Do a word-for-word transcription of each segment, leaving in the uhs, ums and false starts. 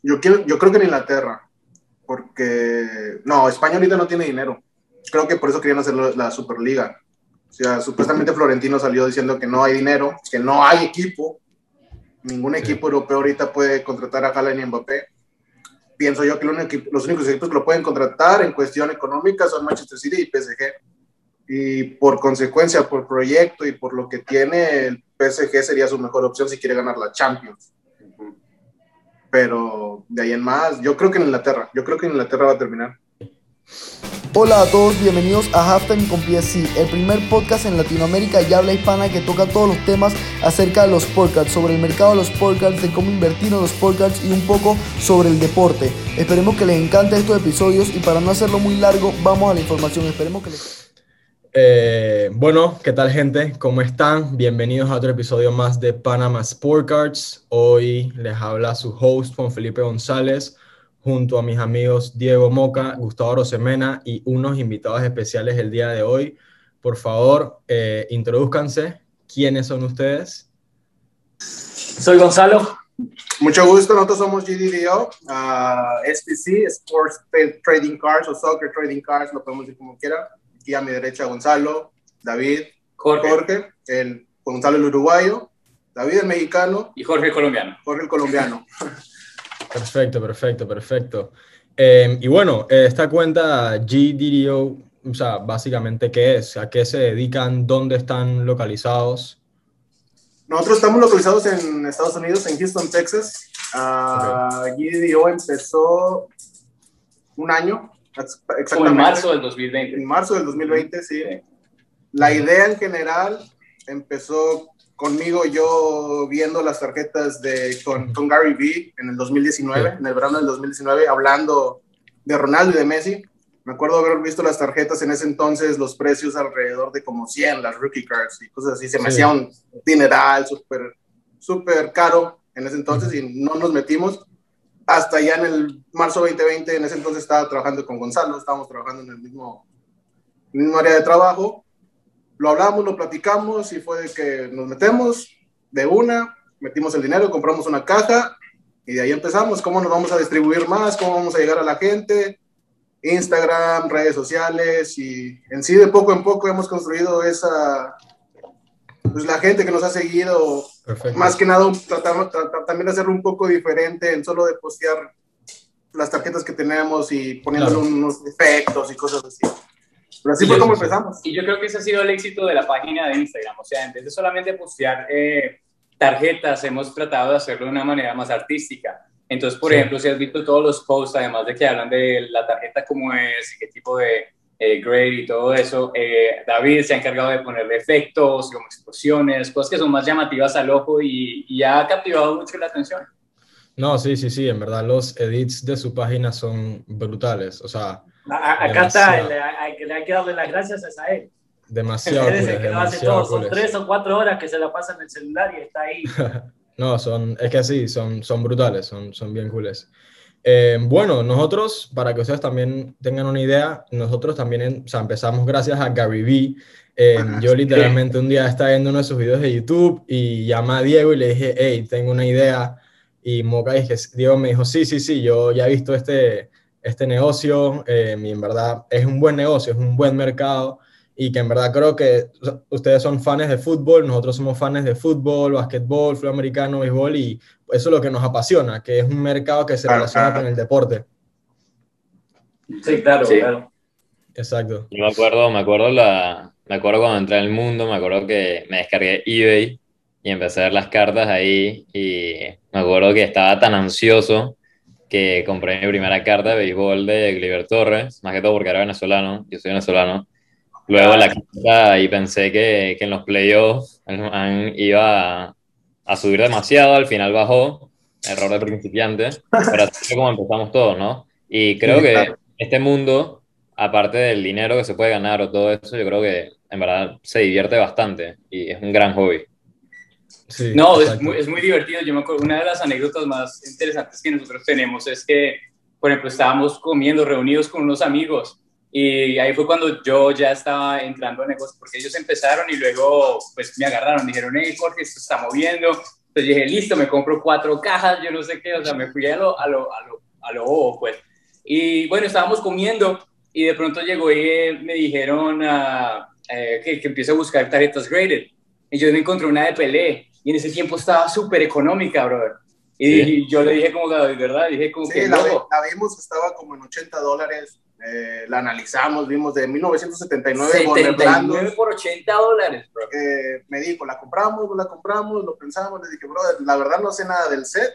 Yo, quiero, yo creo que en Inglaterra, porque no, España ahorita no tiene dinero. Creo que por eso querían hacer la Superliga. O sea, supuestamente Florentino salió diciendo que no hay dinero, que no hay equipo. Ningún sí. equipo europeo ahorita puede contratar a Haaland y Mbappé. Pienso yo que los únicos equipos que lo pueden contratar en cuestión económica son Manchester City y P S G. Y por consecuencia, por proyecto y por lo que tiene, el P S G sería su mejor opción si quiere ganar la Champions. Pero de ahí en más, yo creo que en Inglaterra, yo creo que en Inglaterra va a terminar. Hola a todos, bienvenidos a Halftime con P S C, el primer podcast en Latinoamérica y habla hispana que toca todos los temas acerca de los sportcards, sobre el mercado de los sportcards, de cómo invertir en los sportcards y un poco sobre el deporte. Esperemos que les encante estos episodios y para no hacerlo muy largo, vamos a la información. Esperemos que les... Eh, bueno, ¿qué tal, gente? ¿Cómo están? Bienvenidos a otro episodio más de Panama Sportcards. Hoy les habla su host, Juan Felipe González, junto a mis amigos Diego Moca, Gustavo Rosemena y unos invitados especiales el día de hoy. Por favor, eh, introduzcanse. ¿Quiénes son ustedes? Soy Gonzalo. Mucho gusto, nosotros somos G D D O, uh, S T C, Sports Trading Cards o Soccer Trading Cards, lo podemos decir como quiera. Aquí a mi derecha Gonzalo, David, Jorge, Jorge el Gonzalo el uruguayo, David el mexicano y Jorge el colombiano. Jorge el colombiano. Perfecto, perfecto, perfecto. Eh, y bueno, esta cuenta G D D O, o sea, básicamente, ¿qué es? ¿A qué se dedican? ¿Dónde están localizados? Nosotros estamos localizados en Estados Unidos, en Houston, Texas. Uh, okay. G D D O empezó un año. Como en marzo del dos mil veinte. En marzo del dos mil veinte, sí. La idea en general empezó conmigo, yo viendo las tarjetas de, con, con Gary Vee en el dos mil diecinueve, sí. En el verano del dos mil diecinueve, hablando de Ronaldo y de Messi. Me acuerdo haber visto las tarjetas en ese entonces, los precios alrededor de como cien, las rookie cards y cosas así. Se me sí. hacía un dineral súper súper caro en ese entonces uh-huh. y no nos metimos. Hasta ya en el marzo veinte veinte, en ese entonces estaba trabajando con Gonzalo, estábamos trabajando en el mismo, el mismo área de trabajo. Lo hablamos, lo platicamos y fue de que nos metemos de una, metimos el dinero, compramos una caja y de ahí empezamos. ¿Cómo nos vamos a distribuir más? ¿Cómo vamos a llegar a la gente? Instagram, redes sociales y en sí de poco en poco hemos construido esa... Pues la gente que nos ha seguido, perfecto. Más que nada tratamos tratar, también de hacerlo un poco diferente en solo de postear las tarjetas que tenemos y poniéndole claro. unos efectos y cosas así. Pero así y fue como sí. empezamos. Y yo creo que ese ha sido el éxito de la página de Instagram. O sea, en vez de solamente postear eh, tarjetas, hemos tratado de hacerlo de una manera más artística. Entonces, por sí. ejemplo, si has visto todos los posts, además de que hablan de la tarjeta cómo es y qué tipo de... Eh, grade y todo eso, eh, David se ha encargado de ponerle efectos, como explosiones, cosas que son más llamativas al ojo y, y ha captivado mucho la atención. No, sí, sí, sí, en verdad los edits de su página son brutales, o sea... A, acá está, le hay, le hay que darle las gracias a él. Demasiado cool, que demasiado hace todo. Son tres o cuatro horas que se la pasa en el celular y está ahí. No, son, es que sí, son, son brutales, son, son bien cooles. Eh, bueno, nosotros, para que ustedes también tengan una idea, nosotros también o sea, empezamos gracias a Gary Vee. Eh, yo literalmente un día estaba viendo uno de sus videos de YouTube y llamé a Diego y le dije, hey, tengo una idea. Y Moca dije, Diego me dijo, sí, sí, sí, yo ya he visto este, este negocio eh, y en verdad es un buen negocio, es un buen mercado y que en verdad creo que ustedes son fans de fútbol, nosotros somos fans de fútbol, basquetbol, fútbol americano, béisbol y eso es lo que nos apasiona, que es un mercado que se relaciona con el deporte. Sí, claro, sí. claro. Exacto. Yo me acuerdo, me acuerdo la, me acuerdo cuando entré al mundo, me acuerdo que me descargué eBay y empecé a ver las cartas ahí y me acuerdo que estaba tan ansioso que compré mi primera carta de béisbol de Gleyber Torres, más que todo porque era venezolano, yo soy venezolano. Luego la carta y pensé que, que en los playoffs iba a, a subir demasiado, al final bajó, error de principiante, pero así es como empezamos todos, ¿no? Y creo que claro. este mundo, aparte del dinero que se puede ganar o todo eso, yo creo que en verdad se divierte bastante y es un gran hobby. Sí, no, es muy, es muy divertido. Yo me acuerdo, una de las anécdotas más interesantes que nosotros tenemos es que, por ejemplo, estábamos comiendo, reunidos con unos amigos. Y ahí fue cuando yo ya estaba entrando a negocios, porque ellos empezaron y luego pues me agarraron, dijeron, hey Jorge, esto está moviendo, Entonces dije, listo, me compro cuatro cajas, yo no sé qué, o sea, me fui a lo, a lo, a lo, a lo bobo, pues. Y bueno, estábamos comiendo y de pronto llegó y eh, me dijeron uh, eh, que, que empiece a buscar tarjetas graded. Y yo me encontré una de Pelé y en ese tiempo estaba súper económica, brother. Y, ¿Sí? y yo le dije como, de verdad, dije como Sí, que la, loco. la vimos, estaba como en ochenta dólares. Eh, la analizamos, vimos de mil novecientos setenta y nueve, setenta y nueve por ochenta dólares, bro. Eh, me dijo, ¿la compramos? ¿No la compramos? Lo pensamos. Le dije, bro, la verdad no sé nada del set.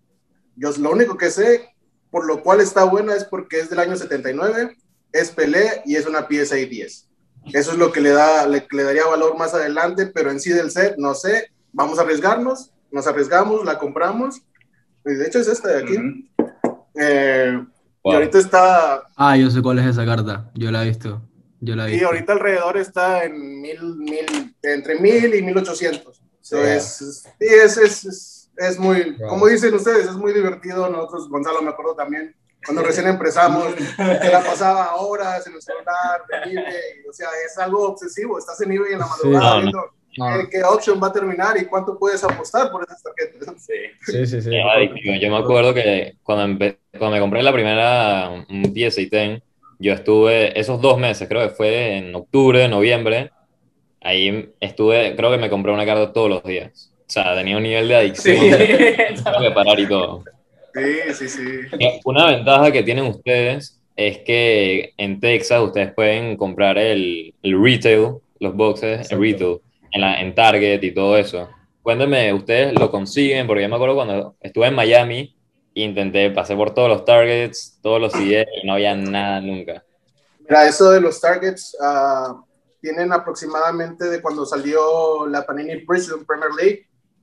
Yo lo único que sé, por lo cual está buena, es porque es del año setenta y nueve, es Pelé y es una P S A diez. Eso es lo que le, da, le, le daría valor más adelante, pero en sí del set, no sé. Vamos a arriesgarnos, nos arriesgamos, la compramos. Y de hecho es esta de aquí. Uh-huh. eh, Wow. Y ahorita está... Ah, yo sé cuál es esa carta. Yo la he visto. Yo la he visto. Y ahorita alrededor está en mil, mil, entre mil y mil ochocientos. Sí. Entonces, sí, es, es, es, es muy, wow. Como dicen ustedes, es muy divertido. Nosotros, Gonzalo, me acuerdo también, cuando recién empezamos, se la pasaba horas en el celular, en eBay. O sea, es algo obsesivo. Estás en eBay en la madrugada sí. viendo no. qué, qué option va a terminar y cuánto puedes apostar por esas tarjetas. Sí, sí, sí. sí. Adictivo. Yo me acuerdo que cuando, empe- cuando me compré la primera un P S A diez, yo estuve esos dos meses, creo que fue en octubre, noviembre, ahí estuve, creo que me compré una carta todos los días. O sea, tenía un nivel de adicción. Sí. Tengo que parar y todo. Sí, sí, sí. Una ventaja que tienen ustedes es que en Texas ustedes pueden comprar el, el retail, los boxes, el retail, en, la, en Target y todo eso. Cuéntenme, ¿ustedes lo consiguen? Porque yo me acuerdo cuando estuve en Miami, intenté, pasé por todos los Targets, todos los C D y no había nada nunca. Mira, eso de los Targets, uh, tienen aproximadamente de cuando salió la Panini Prism Premier League,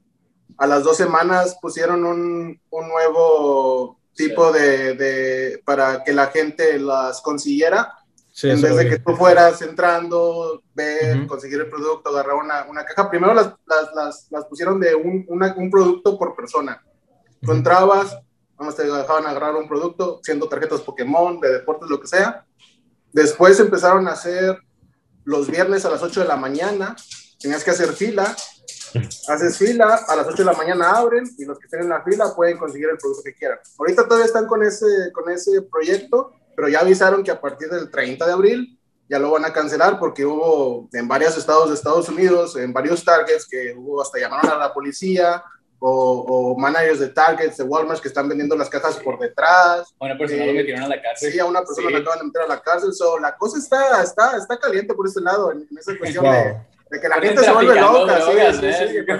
a las dos semanas pusieron un, un nuevo tipo sí. de, de, para que la gente las consiguiera. Sí, en vez de que tú fueras entrando, ver, uh-huh. conseguir el producto, agarrar una, una caja. Primero las, las, las, las pusieron de un, una, un producto por persona. Tú uh-huh. entrabas, vamos, te dejaban agarrar un producto, siendo tarjetas Pokémon, de deportes, lo que sea. Después empezaron a hacer los viernes a las ocho de la mañana. Tenías que hacer fila. Haces fila, a las ocho de la mañana abren y los que estén en la fila pueden conseguir el producto que quieran. Ahorita todavía están con ese, con ese proyecto, pero ya avisaron que a partir del treinta de abril ya lo van a cancelar porque hubo en varios estados de Estados Unidos, en varios Targets, que hubo hasta llamaron a la policía o, o managers de Targets, de Walmart, que están vendiendo las cajas por detrás. A una persona eh, lo metieron a la cárcel. Sí, a una persona sí. la acaban de meter a la cárcel. So, la cosa está, está, está caliente por este lado, en, en esa cuestión wow. de, de que la gente se vuelve loca. Drogas, sí, ¿eh? sí, sí,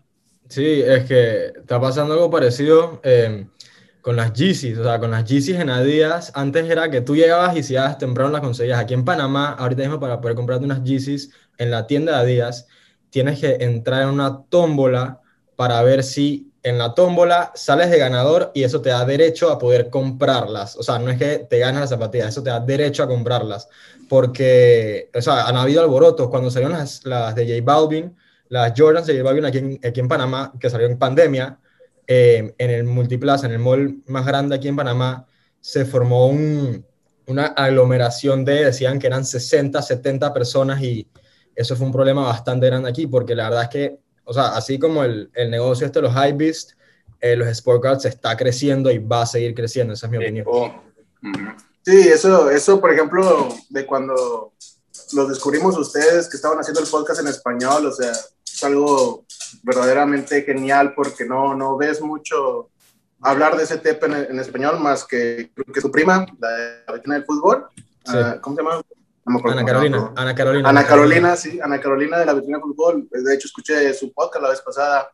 sí, es que está pasando algo parecido eh, con las Yeezys. O sea, con las Yeezys en Adidas, antes era que tú llegabas y si ibas temprano las conseguías. Aquí en Panamá, ahorita mismo para poder comprarte unas Yeezys en la tienda de Adidas, tienes que entrar en una tómbola para ver si en la tómbola sales de ganador y eso te da derecho a poder comprarlas. O sea, no es que te ganas las zapatillas, eso te da derecho a comprarlas. Porque, o sea, han habido alborotos. Cuando salieron las, las de J Balvin, las Jordans de J Balvin aquí en, aquí en Panamá, que salieron en pandemia, eh, en el Multiplaza, en el mall más grande aquí en Panamá, se formó un, una aglomeración de, decían que eran sesenta, setenta personas y eso fue un problema bastante grande aquí, porque la verdad es que, o sea, así como el, el negocio este de los Hypebeast, eh, los Sport Cards está creciendo y va a seguir creciendo, esa es mi sí. opinión. Oh. Uh-huh. Sí, eso, eso, por ejemplo, de cuando los descubrimos ustedes que estaban haciendo el podcast en español, o sea, es algo verdaderamente genial porque no, no ves mucho hablar de ese tema en, en español más que creo que su prima, la de la vecina del fútbol, sí. uh, ¿cómo se llama? No acuerdo, Ana Carolina, no, Ana Carolina. Ana Carolina, sí, Ana Carolina de la vecina del fútbol. De hecho, escuché su podcast la vez pasada.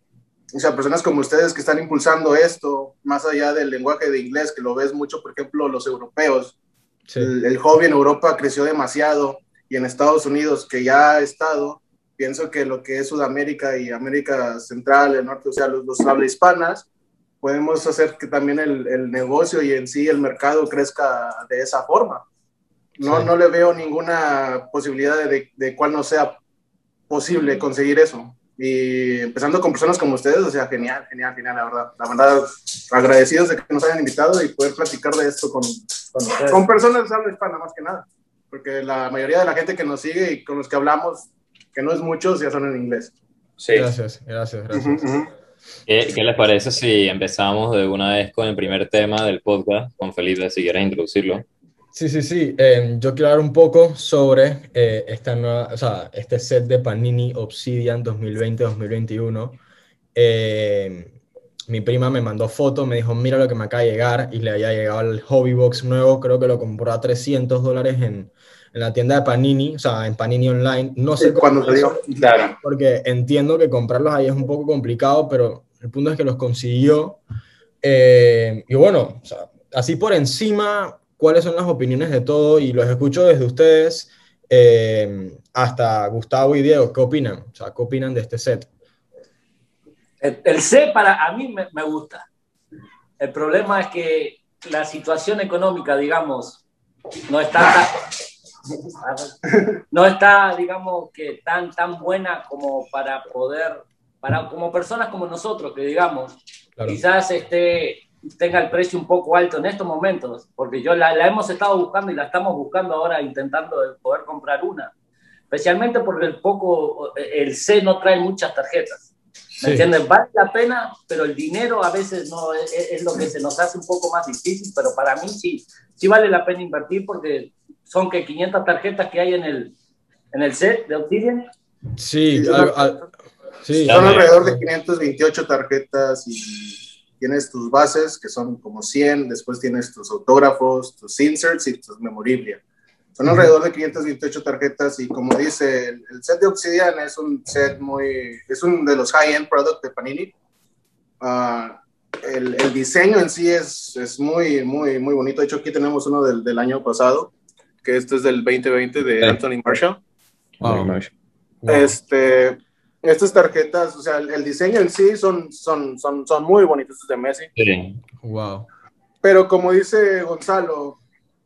O sea, personas como ustedes que están impulsando esto, más allá del lenguaje de inglés, que lo ves mucho, por ejemplo, los europeos. Sí. El, el hobby en Europa creció demasiado y en Estados Unidos, que ya ha estado, pienso que lo que es Sudamérica y América Central, el norte, o sea, los, los habla hispanas, podemos hacer que también el, el negocio y en sí el mercado crezca de esa forma. No, sí. no le veo ninguna posibilidad de, de, de cuál no sea posible conseguir eso. Y empezando con personas como ustedes, o sea, genial, genial, genial, la verdad. La verdad, agradecidos de que nos hayan invitado y poder platicar de esto con, con, con personas de habla hispana, más que nada. Porque la mayoría de la gente que nos sigue y con los que hablamos, que no es muchos, ya son en inglés. Sí. Gracias, gracias, gracias. Uh-huh, uh-huh. ¿Qué, qué les parece si empezamos de una vez con el primer tema del podcast? Con Felipe, si quieres introducirlo. Sí, sí, sí. Eh, yo quiero hablar un poco sobre eh, esta nueva, o sea, este set de Panini Obsidian dos mil veinte dos mil veintiuno. Eh, mi prima me mandó foto, me dijo, mira lo que me acaba de llegar, y le había llegado el Hobby Box nuevo, creo que lo compró a trescientos dólares en, en la tienda de Panini, o sea, en Panini Online. No sé cómo Cuando es salió. eso, Claro. porque entiendo que comprarlos ahí es un poco complicado, pero el punto es que los consiguió. Eh, y bueno, o sea, así por encima, ¿cuáles son las opiniones de todo? Y los escucho desde ustedes eh, hasta Gustavo y Diego. ¿Qué opinan? O sea, ¿qué opinan de este set? El, el C para a mí me, me gusta. El problema es que la situación económica, digamos, no está tan, no está, digamos, que tan, tan buena como para poder, para, como personas como nosotros, que digamos, claro, quizás este, tenga el precio un poco alto en estos momentos, porque yo la, la hemos estado buscando y la estamos buscando ahora, intentando poder comprar una, especialmente porque el poco, el C no trae muchas tarjetas. ¿Me sí. entiendes? Vale la pena, pero el dinero a veces no es, es lo que se nos hace un poco más difícil, pero para mí sí, sí vale la pena invertir porque son que quinientas tarjetas que hay en el, en el set de Obsidian. Sí, sí, al, al, sí son alrededor de quinientas veintiocho tarjetas y tienes tus bases que son como cien, después tienes tus autógrafos, tus inserts y tus memorabilia. Son alrededor de quinientas veintiocho tarjetas y como dice, el, el set de Obsidian es un set muy, es uno de los high-end products de Panini. Uh, el, el diseño en sí es, es muy, muy, muy bonito. De hecho, aquí tenemos uno del, del año pasado, que este es del veinte veinte de sí. Anthony Marshall. Wow. Wow. Este, estas tarjetas, o sea, el, el diseño en sí son, son, son, son muy bonitos de Messi. Sí. Wow. Pero como dice Gonzalo,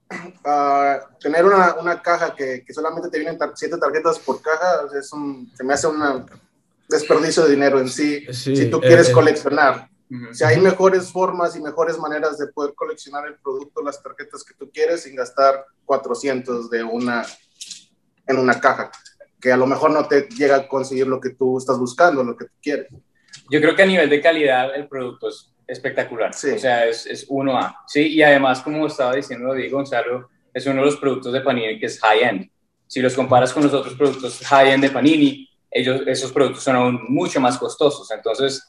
Uh, tener una, una caja que, que solamente te vienen tar siete tarjetas por caja es un, se me hace un desperdicio de dinero en sí, sí si tú eh, quieres eh, coleccionar. Uh-huh. Si hay mejores formas y mejores maneras de poder coleccionar el producto, las tarjetas que tú quieres sin gastar cuatrocientos de una, en una caja, que a lo mejor no te llega a conseguir lo que tú estás buscando, lo que tú quieres. Yo creo que a nivel de calidad el producto es espectacular, sí. O sea, es, es uno A, ¿sí? Y además, como estaba diciendo Diego Gonzalo, es uno de los productos de Panini que es high-end. Si los comparas con los otros productos high-end de Panini, ellos, esos productos son aún mucho más costosos. Entonces,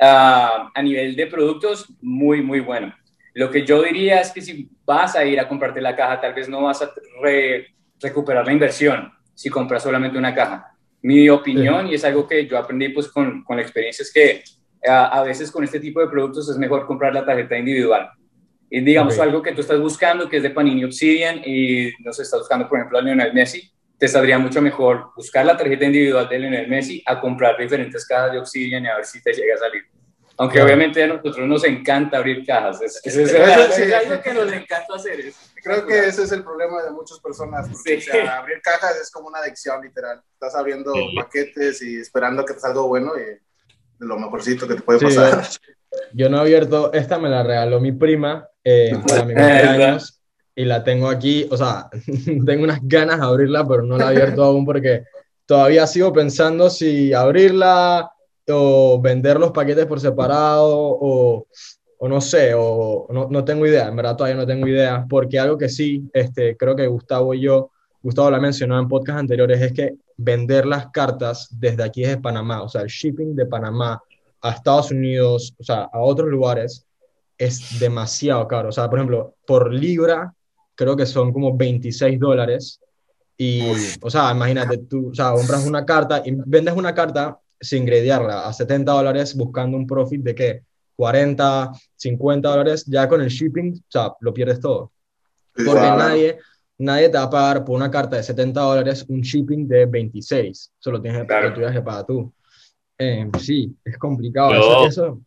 uh, a nivel de productos, muy, muy bueno. Lo que yo diría es que si vas a ir a comprarte la caja, tal vez no vas a re, recuperar la inversión si compras solamente una caja. Mi opinión, sí. Y es algo que yo aprendí pues, con, con la experiencia, es que a veces con este tipo de productos es mejor comprar la tarjeta individual. Y digamos okay. algo que tú estás buscando, que es de Panini Obsidian, y no sé, estás buscando, por ejemplo, a Lionel Messi, te saldría mucho mejor buscar la tarjeta individual de Lionel Messi a comprar diferentes cajas de Obsidian y a ver si te llega a salir. Aunque claro. obviamente a nosotros nos encanta abrir cajas. Es, es, es, es, sí. es algo que nos encanta hacer. Es Creo que ese es el problema de muchas personas. Porque, sí. o sea, abrir cajas es como una adicción, literal. Estás abriendo sí. paquetes y esperando que te salga bueno y lo mejorcito que te puede sí, pasar. Yo no he abierto, esta me la regaló mi prima eh, para mi cumpleaños y la tengo aquí, o sea, tengo unas ganas de abrirla, pero no la he abierto aún porque todavía sigo pensando si abrirla o vender los paquetes por separado o, o no sé, o no, no tengo idea, en verdad todavía no tengo idea, porque algo que sí, este, creo que Gustavo y yo, Gustavo lo ha mencionado en podcasts anteriores, es que vender las cartas desde aquí desde Panamá, o sea, el shipping de Panamá a Estados Unidos, o sea, a otros lugares, es demasiado caro. O sea, por ejemplo, por libra, creo que son como veintiséis dólares. Y, o sea, imagínate, tú, o sea, compras una carta y vendes una carta sin gradearla a setenta dólares buscando un profit de, ¿qué? cuarenta, cincuenta dólares, ya con el shipping, o sea, lo pierdes todo. Porque wow. nadie... Nadie te va a pagar por una carta de setenta dólares un shipping de veintiséis. Eso lo tienes claro. que, que pagar tú. Eh, sí, es complicado. Yo, eso, eso.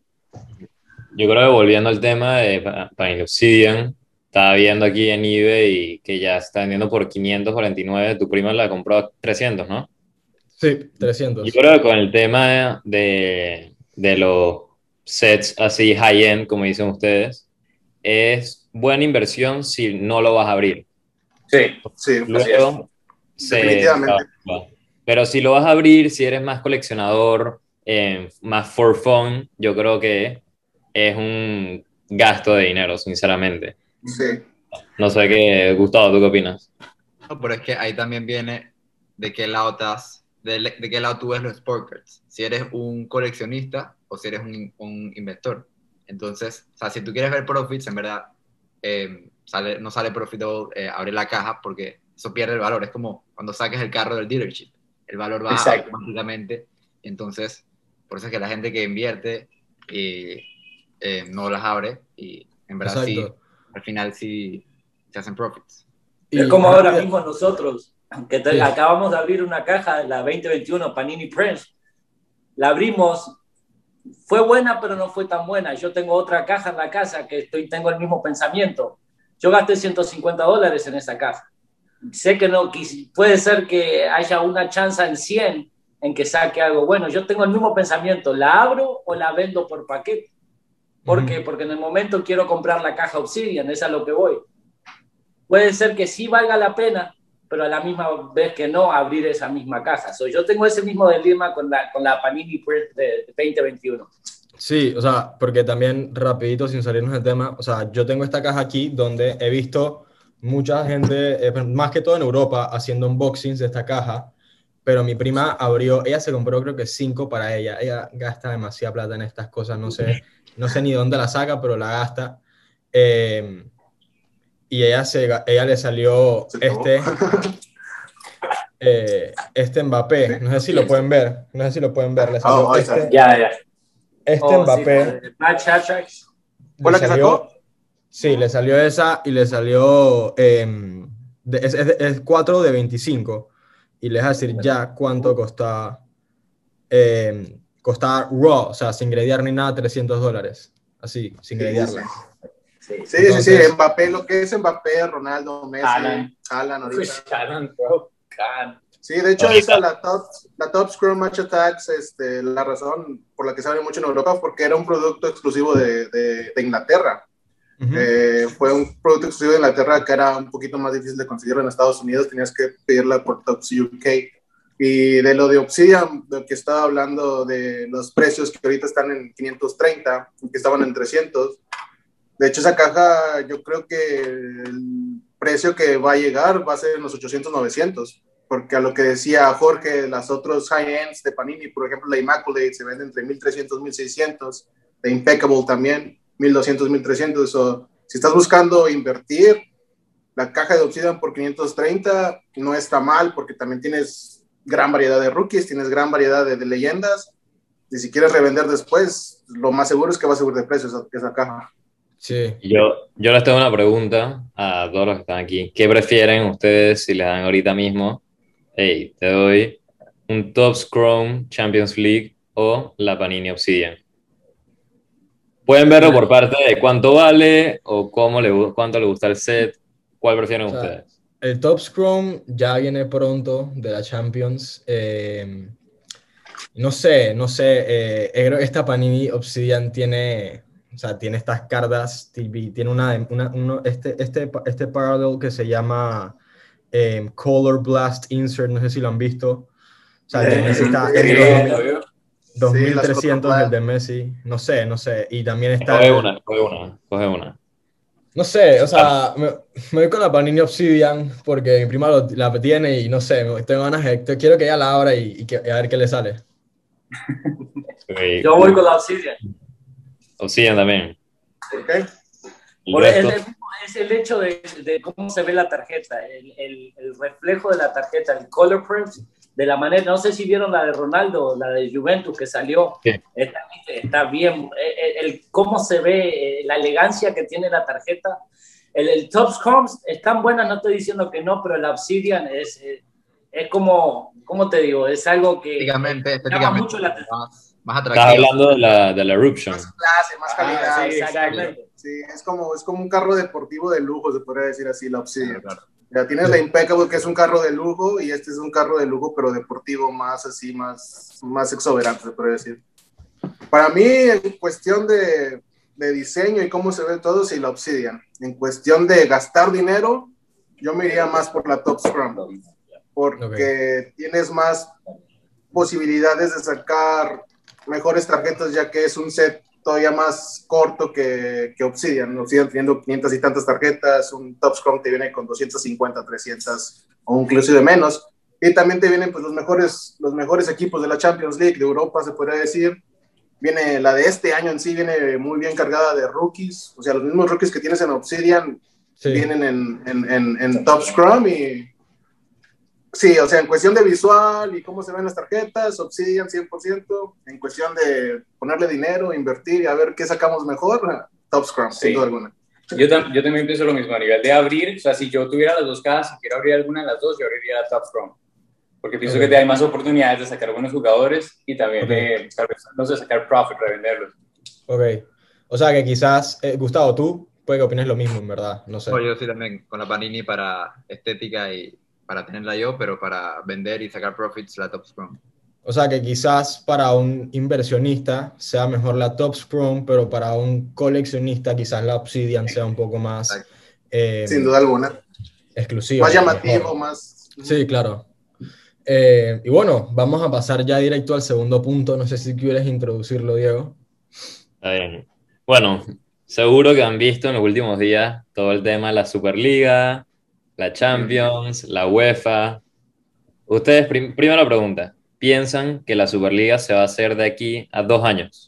yo creo que volviendo al tema de Panini Obsidian, estaba viendo aquí en eBay que ya está vendiendo por quinientos cuarenta y nueve. Tu prima la compró a trescientos, ¿no? Sí, trescientos. Yo creo que con el tema de, de los sets así high-end, como dicen ustedes, es buena inversión si no lo vas a abrir. Sí, sí, luego se, definitivamente. Pero si lo vas a abrir, si eres más coleccionador eh, más for fun, yo creo que es un gasto de dinero, sinceramente. Sí. No sé qué, Gustavo, ¿tú qué opinas? No, pero es que ahí también viene de qué lado estás, de, de qué lado tú ves los sport cards. Si eres un coleccionista o si eres un, un inversor. Entonces, o sea, si tú quieres ver profits, en verdad, eh, sale, no sale profitable eh, abrir la caja porque eso pierde el valor. Es como cuando saques el carro del dealership. El valor baja Exacto. automáticamente. Entonces, por eso es que la gente que invierte y, eh, no las abre y en verdad sí, Exacto. al final sí se hacen profits. Y Es como ahora rápido- mismo nosotros, que te- Sí. acabamos de abrir una caja de la veinte veintiuno Panini Prince. La abrimos, fue buena, pero no fue tan buena. Yo tengo otra caja en la casa que estoy, tengo el mismo pensamiento. Yo gasté ciento cincuenta dólares en esa caja. Sé que no, que puede ser que haya una chance en cien en que saque algo bueno. Yo tengo el mismo pensamiento, ¿la abro o la vendo por paquete? ¿Por qué? Ujú. Porque en el momento quiero comprar la caja Obsidian, es a lo que voy. Puede ser que sí valga la pena, pero a la misma vez que no, abrir esa misma caja. So, yo tengo ese mismo dilema con la, con la Panini Print de veinte veintiuno. Sí, o sea, porque también rapidito, sin salirnos del tema, o sea, yo tengo esta caja aquí donde he visto mucha gente, eh, más que todo en Europa, haciendo unboxings de esta caja, pero mi prima abrió, ella se compró creo que cinco para ella, ella gasta demasiada plata en estas cosas, no sé, no sé ni dónde la saca, pero la gasta, eh, y ella, se, ga- ella le salió Se acabó. este, eh, este Mbappé, no sé si lo pueden ver, no sé si lo pueden ver, le salió Oh, ahí está. este, Ya, ya. este Oh, Mbappé. sí, Match Hattricks. ¿Fue Le la que salió, sacó? sí, le salió esa y le salió, em, de- es, es, es cuatro de veinticinco. Y les voy a decir ya cuánto costaba, em, costaba raw, o sea, sin gradear ni nada, trescientos dólares. Así, sin Sí, gradearla. Sí. Sí, sí, sí, Entonces- Mbappé, lo que es Mbappé, Ronaldo, Messi, Haaland. Haaland ahorita. Alan, bro. God. Sí, de hecho, Ahorita. esa, la top, la top Scrum Match Attacks, este, la razón por la que se abre mucho en Europa, porque era un producto exclusivo de, de, de Inglaterra. Ujú. Eh, fue un producto exclusivo de Inglaterra que era un poquito más difícil de conseguir en Estados Unidos, tenías que pedirla por Tops U K. Y de lo de Obsidian, de lo que estaba hablando de los precios que ahorita están en quinientos treinta, que estaban en trescientos. De hecho, esa caja, yo creo que el precio que va a llegar va a ser en los ochocientos, novecientos. Porque a lo que decía Jorge, las otros high-ends de Panini, por ejemplo, la Immaculate se vende entre mil trescientos, mil seiscientos, la Impeccable también, mil doscientos, mil trescientos. So, si estás buscando invertir, la caja de Obsidian por quinientos treinta no está mal, porque también tienes gran variedad de rookies, tienes gran variedad de, de leyendas, y si quieres revender después, lo más seguro es que va a subir de precio esa, esa caja. Sí. Yo, yo les tengo una pregunta a todos los que están aquí. ¿Qué prefieren ustedes si les dan ahorita mismo? Hey, te doy un Topps Chrome Champions League o la Panini Obsidian. Pueden verlo por parte de cuánto vale o cómo le, gu- cuánto le gusta el set. ¿Cuál prefieren O sea, ustedes? el Top Scrum ya viene pronto de la Champions. eh, no sé, no sé. eh, creo que esta Panini Obsidian tiene, o sea, tiene estas cartas. Tiene tiene una, una- uno- este, este, este parallel que se llama eh, Color Blast Insert. No sé si lo han visto. O sea, el de Messi está Sí, en sí, dos mil, sí, dos mil las trescientos Color el de Messi. No sé, no sé. Y también está Coge el, una, coge una, coge una. no sé, o sea, me, me voy con la Panini Obsidian porque mi prima lo- la tiene y no sé, me- tengo ganas de, te- quiero que ella la abra y, y que, y a ver qué le sale. Ok, Yo voy con la Obsidian. Obsidian también. ¿Ok? El Por el, resto, el- es el hecho de, de cómo se ve la tarjeta, el, el, el reflejo de la tarjeta, el color print, de la manera, no sé si vieron la de Ronaldo, la de Juventus que salió, Sí. está, está bien, el, el cómo se ve, eh, la elegancia que tiene la tarjeta, el, el Topps Crumbs están buenas, no estoy diciendo que no, pero el Obsidian es, es, es como, ¿cómo te digo? Es algo que Estéticamente, llama estéticamente mucho la atención. más, más estás atractivo. hablando de la, de la Eruption. Más clase, más calidad. Ah, sí, sí, exactamente. Sí, es como, es como un carro deportivo de lujo, se podría decir así, la Obsidian. Claro, claro. Ya tienes la Impeccable, que es un carro de lujo, y este es un carro de lujo, pero deportivo, más así, más, más exuberante, se podría decir. Para mí, en cuestión de, de diseño y cómo se ve todo, sí, la Obsidian. En cuestión de gastar dinero, yo me iría más por la Top Scrum, porque tienes más posibilidades de sacar mejores tarjetas, ya que es un set todavía más corto que, que Obsidian. Obsidian teniendo quinientas y tantas tarjetas, un Top Scrum te viene con doscientas cincuenta, trescientas o inclusive menos. Y también te vienen pues, los, mejores, los mejores equipos de la Champions League, de Europa, se podría decir. Viene la de este año en sí, viene muy bien cargada de rookies. O sea, los mismos rookies que tienes en Obsidian sí. vienen en, en, en, en Top Scrum y... Sí, o sea, en cuestión de visual y cómo se ven las tarjetas, Obsidian cien por ciento. En cuestión de ponerle dinero, invertir y a ver qué sacamos mejor, Top Scrum, sí. sin duda alguna. Yo, tam yo también pienso lo mismo, a nivel de abrir, o sea, si yo tuviera las dos cajas, si quiero abrir alguna de las dos, yo abriría la Top Scrum. Porque pienso okay. que te hay más oportunidades de sacar buenos jugadores y también okay. de, no sé, sacar profit, revenderlos. Ok. O sea, que quizás, eh, Gustavo, tú puede que opines lo mismo, en verdad, no sé. Oh, yo sí también, con la Panini para estética y para tenerla yo, pero para vender y sacar profits, la Top Scrum. O sea, que quizás para un inversionista sea mejor la Top Scrum, pero para un coleccionista quizás la Obsidian sea un poco más... Eh, Sin duda alguna. Exclusiva. Más llamativo, mejor. más... Sí, claro. Eh, y bueno, vamos a pasar ya directo al segundo punto. No sé si quieres introducirlo, Diego. Está bien. Bueno, seguro que han visto en los últimos días todo el tema de la Superliga, la Champions, la UEFA. Ustedes, prim primera pregunta, ¿piensan que la Superliga se va a hacer de aquí a dos años?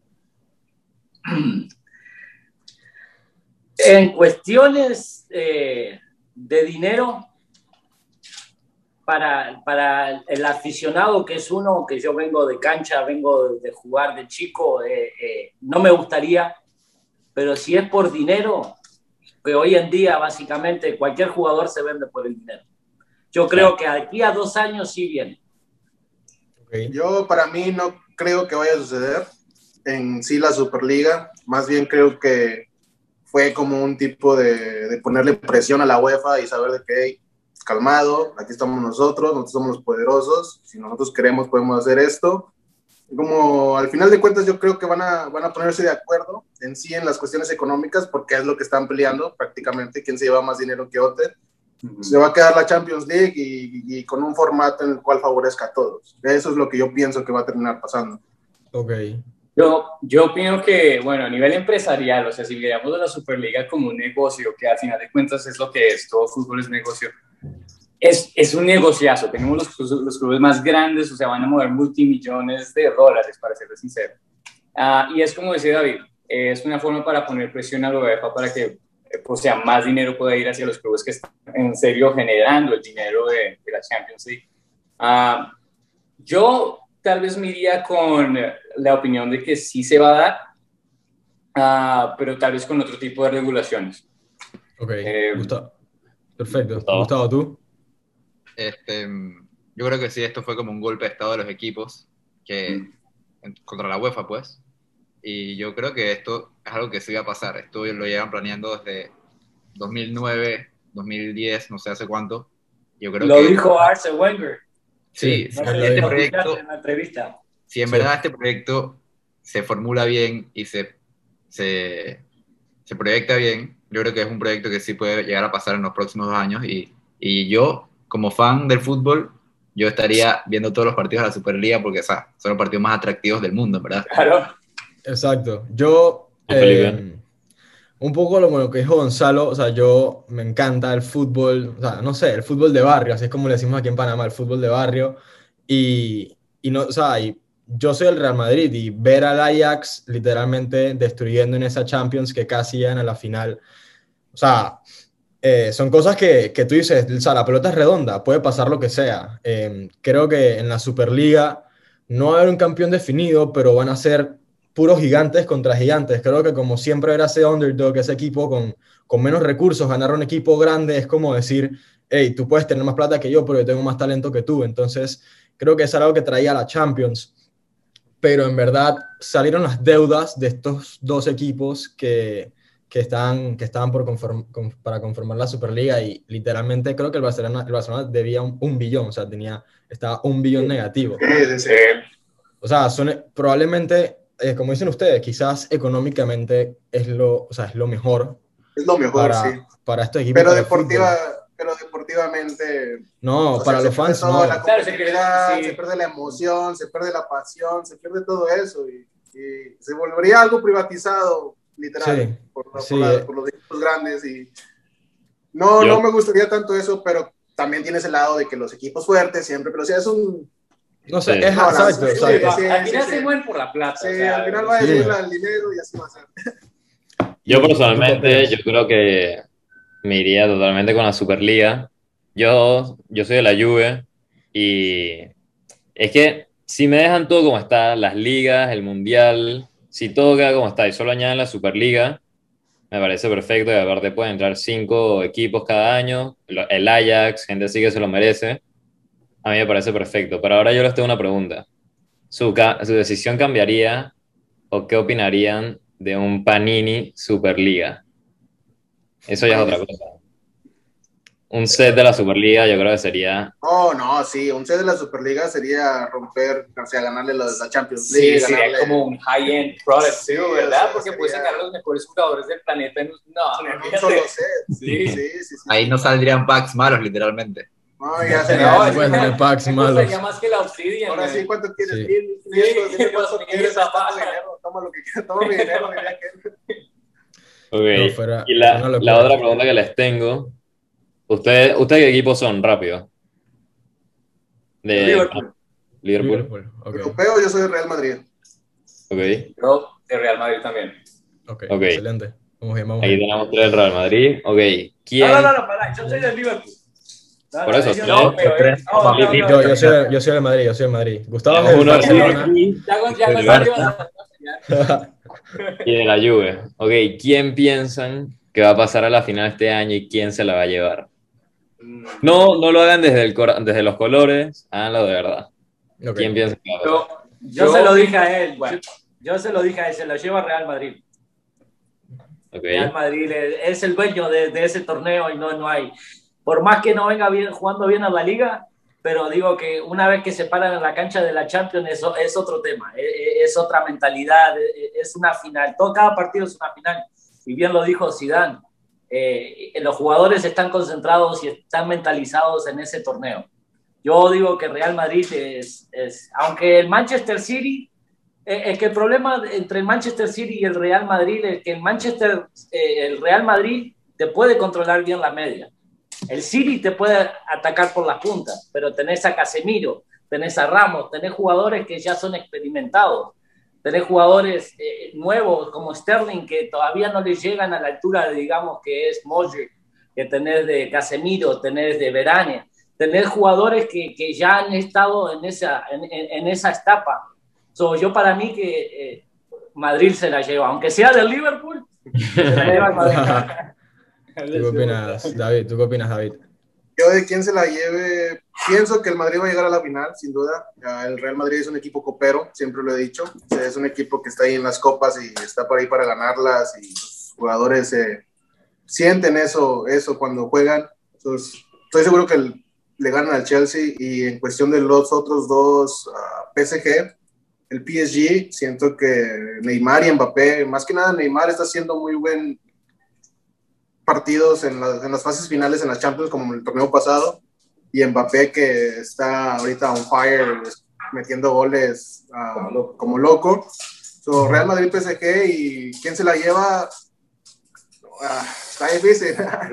En cuestiones eh, de dinero, para, para el aficionado que es uno, que yo vengo de cancha, vengo de, de jugar de chico, eh, eh, no me gustaría, pero si es por dinero, que hoy en día básicamente cualquier jugador se vende por el dinero. Yo creo que aquí a dos años sí viene. Okay. Yo para mí no creo que vaya a suceder en sí la Superliga, más bien creo que fue como un tipo de, de ponerle presión a la UEFA y saber de que, hey, calmado, aquí estamos nosotros, nosotros somos los poderosos, si nosotros queremos podemos hacer esto. Como al final de cuentas yo creo que van a, van a ponerse de acuerdo en sí en las cuestiones económicas, porque es lo que están peleando prácticamente, quién se lleva más dinero que otro. Uh-huh. Se va a quedar la Champions League y, y con un formato en el cual favorezca a todos. Eso es lo que yo pienso que va a terminar pasando. Ok. Yo, yo opino que, bueno, a nivel empresarial, o sea, si miramos a la Superliga como un negocio, que al final de cuentas es lo que es, todo fútbol es negocio, es, es un negociazo. Tenemos los, los clubes más grandes, o sea, van a mover multimillones de dólares, para serles sincero. Uh, y es como decía David, es una forma para poner presión a la UEFA para que, o sea, más dinero pueda ir hacia los clubes que están en serio generando el dinero de, de la Champions League. Uh, yo tal vez me iría con la opinión de que sí se va a dar, uh, pero tal vez con otro tipo de regulaciones. Ok, eh, Gustavo. Perfecto. Gustavo, Gustavo ¿tú? Este, yo creo que sí, esto fue como un golpe de estado de los equipos que, mm. contra la UEFA, pues. Y yo creo que esto es algo que sí va a pasar. Esto lo llevan planeando desde dos mil nueve, dos mil diez, no sé hace cuánto. Yo creo lo que, dijo Arsene Wenger. Sí, sí, no si este proyecto, en la entrevista. Si en sí. verdad este proyecto se formula bien y se, se, se proyecta bien, yo creo que es un proyecto que sí puede llegar a pasar en los próximos dos años. Y, y yo, como fan del fútbol, yo estaría viendo todos los partidos de la Superliga porque o sea, son los partidos más atractivos del mundo, ¿verdad? Claro. Exacto. Yo, eh, un poco lo que dijo Gonzalo, o sea, yo me encanta el fútbol, o sea, no sé, el fútbol de barrio, así es como le decimos aquí en Panamá, el fútbol de barrio, y, y no, o sea, y yo soy el Real Madrid, y ver al Ajax literalmente destruyendo en esa Champions que casi llegan a la final, o sea, eh, son cosas que, que tú dices, o sea, la pelota es redonda, puede pasar lo que sea. Eh, creo que en la Superliga no va a haber un campeón definido, pero van a ser puros gigantes contra gigantes. Creo que como siempre era ese underdog, ese equipo con, con menos recursos, ganar un equipo grande es como decir, hey, tú puedes tener más plata que yo, pero yo tengo más talento que tú. Entonces, creo que es algo que traía la Champions. Pero en verdad salieron las deudas de estos dos equipos que, que, están, que estaban por conform, con, para conformar la Superliga y literalmente creo que el Barcelona, el Barcelona debía un, un billón, o sea, tenía, estaba un billón negativo. O sea, son, probablemente... Eh, como dicen ustedes, quizás económicamente es lo, o sea, es lo mejor. Es lo mejor, para, sí. Para estos equipos. Pero deportiva, pero deportivamente... No, o sea, para se los pierde fans, toda no. la Claro, se pierde, competitividad, sí. se pierde la emoción, se pierde la pasión, se pierde todo eso y, y se volvería algo privatizado, literal, Sí, por, por, sí, la- eh. por los equipos grandes y no, Yo- no me gustaría tanto eso, pero también tienes el lado de que los equipos fuertes siempre, pero o sea, es un... No sé, Sí. es No, la- exacto, sí, exacto. sí, al final sí. se mueven por la plata. Sí, o sea, al final va a sí. decir el dinero y así va a ser. Yo ¿Y tú qué personalmente, opinas? yo creo que me iría totalmente con la Superliga. Yo, yo soy de la Juve y es que si me dejan todo como está, las ligas, el Mundial, si todo queda como está y solo añaden la Superliga, me parece perfecto y aparte pueden entrar cinco equipos cada año, lo- el Ajax, gente así que se lo merece, a mí me parece perfecto. Pero ahora yo les tengo una pregunta. ¿Su, ca- su decisión cambiaría o qué opinarían de un Panini Superliga? Eso ya es otra cosa. Un set de la Superliga yo creo que sería... Oh, no, sí, un set de la Superliga sería romper, o sea, ganarle la, la Champions sí, League, sería ganarle... como un high-end product, Sí, too, o ¿verdad? sea, Porque puedes sería- sacar a los mejores jugadores del planeta en un... No, en un fíjate. solo set. Sí. Sí, sí, sí. Ahí sí. no saldrían packs malos, literalmente. No, ya No, sería... no pueden tener packs me malos. costaría más que la Obsidian. Ahora man. sí, ¿cuánto quieres? Sí. Mil, quinientos, Sí, dime cuánto dos mil, quieres, esa toma pasa. dinero, toma lo que quieras, toma mi dinero, diría que... Ok, No, fuera y una la, la locura. otra pregunta que les tengo, ¿ustedes ¿ustedes qué equipos son? Rápido. De Liverpool. Liverpool. Liverpool, ok, Europeo, yo soy de Real Madrid. Ok, Yo de Real Madrid también. ok, Ok. excelente. Vamos bien, vamos ahí bien. tenemos tres Real Madrid. Ok, ¿quién? No, no, no, no, pará, yo soy del Liverpool. No, Por no, eso, yo- sí. No, pero... Tres. eh, no, No, no, no, no, Yo, yo, soy, yo soy del Madrid, yo soy del Madrid. Gustavo es Tenemos del uno de Barcelona. Ya con ya con Del Santi Barça. vas a- Y de la Juve. Ok, ¿quién piensan que va a pasar a la final este año y quién se la va a llevar? No, no lo hagan desde, el cora- desde los colores, háganlo de verdad. Ok. ¿Quién piensa que va a pasar? Yo, Yo se lo dije a él. Bueno. Yo, yo se lo dije a él, se lo lleva Real Madrid. Ok, Real Madrid es, es el dueño de, de ese torneo y no, no hay. Por más que no venga bien, jugando bien a la liga, pero digo que una vez que se paran en la cancha de la Champions, eso es otro tema, es, es otra mentalidad, es, es una final. Todo, cada partido es una final. Y bien lo dijo Zidane, eh, los jugadores están concentrados y están mentalizados en ese torneo. Yo digo que Real Madrid es, es aunque el Manchester City, eh, es que el problema entre el Manchester City y el Real Madrid es que el Manchester, eh, el Real Madrid te puede controlar bien la media. El City te puede atacar por las puntas, pero tenés a Casemiro, tenés a Ramos, tenés jugadores que ya son experimentados, tenés jugadores eh, nuevos como Sterling que todavía no les llegan a la altura de, digamos, que es Modric, que tenés de Casemiro, tenés de Varane, tenés jugadores que, que ya han estado en esa, en, en, en esa etapa. So, yo para mí que eh, Madrid se la lleva, aunque sea del Liverpool, se la lleva el Madrid. ¿Tú qué opinas, David? ¿Tú qué opinas, David? Yo de quién se la lleve, pienso que el Madrid va a llegar a la final, sin duda. Ya, el Real Madrid es un equipo copero, siempre lo he dicho. O sea, es un equipo que está ahí en las copas y está por ahí para ganarlas y los jugadores eh, sienten eso, eso cuando juegan. Entonces, estoy seguro que el, le ganan al Chelsea y en cuestión de los otros dos, uh, P S G, el P S G, siento que Neymar y Mbappé, más que nada Neymar está haciendo muy buen partidos en, la, en las fases finales en las Champions como en el torneo pasado y Mbappé que está ahorita on fire metiendo goles uh, como loco, como loco. So, Real Madrid P S G y quién se la lleva uh, está difícil.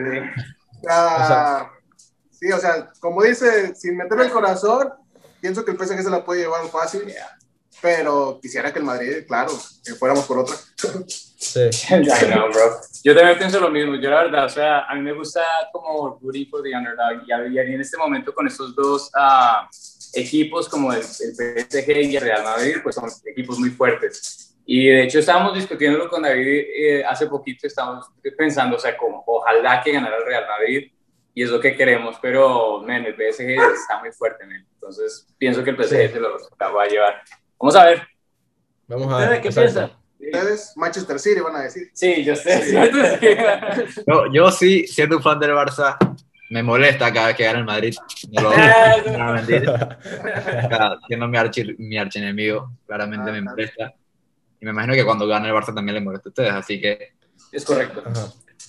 uh, sí, o sea, como dice, sin meter el corazón pienso que el P S G se la puede llevar fácil, pero quisiera que el Madrid, claro, que fuéramos por otra. Sí. I know, bro. Yo también pienso lo mismo. Yo la verdad, o sea, a mí me gusta como rooting for the underdog y, y en este momento con estos dos uh, equipos como el, el P S G y el Real Madrid, pues son equipos muy fuertes. Y de hecho estábamos discutiéndolo con David eh, hace poquito, estábamos pensando, o sea, como ojalá que ganara el Real Madrid y es lo que queremos, pero, man, el P S G está muy fuerte, man. Entonces pienso que el P S G sí. se lo, lo va a llevar. Vamos a ver. Vamos a ver. ¿Ustedes qué piensan? Ustedes, Manchester City, van a decir. Sí, yo sé. Sí. Sí. Yo, yo sí, siendo un fan del Barça, me molesta cada vez que gana el Madrid. No lo no, no, mentira. Cada- Siendo mi, archi, mi archienemigo, claramente me molesta. Y me imagino que cuando gane el Barça también le molesta a ustedes, así que... Es correcto. Ajá.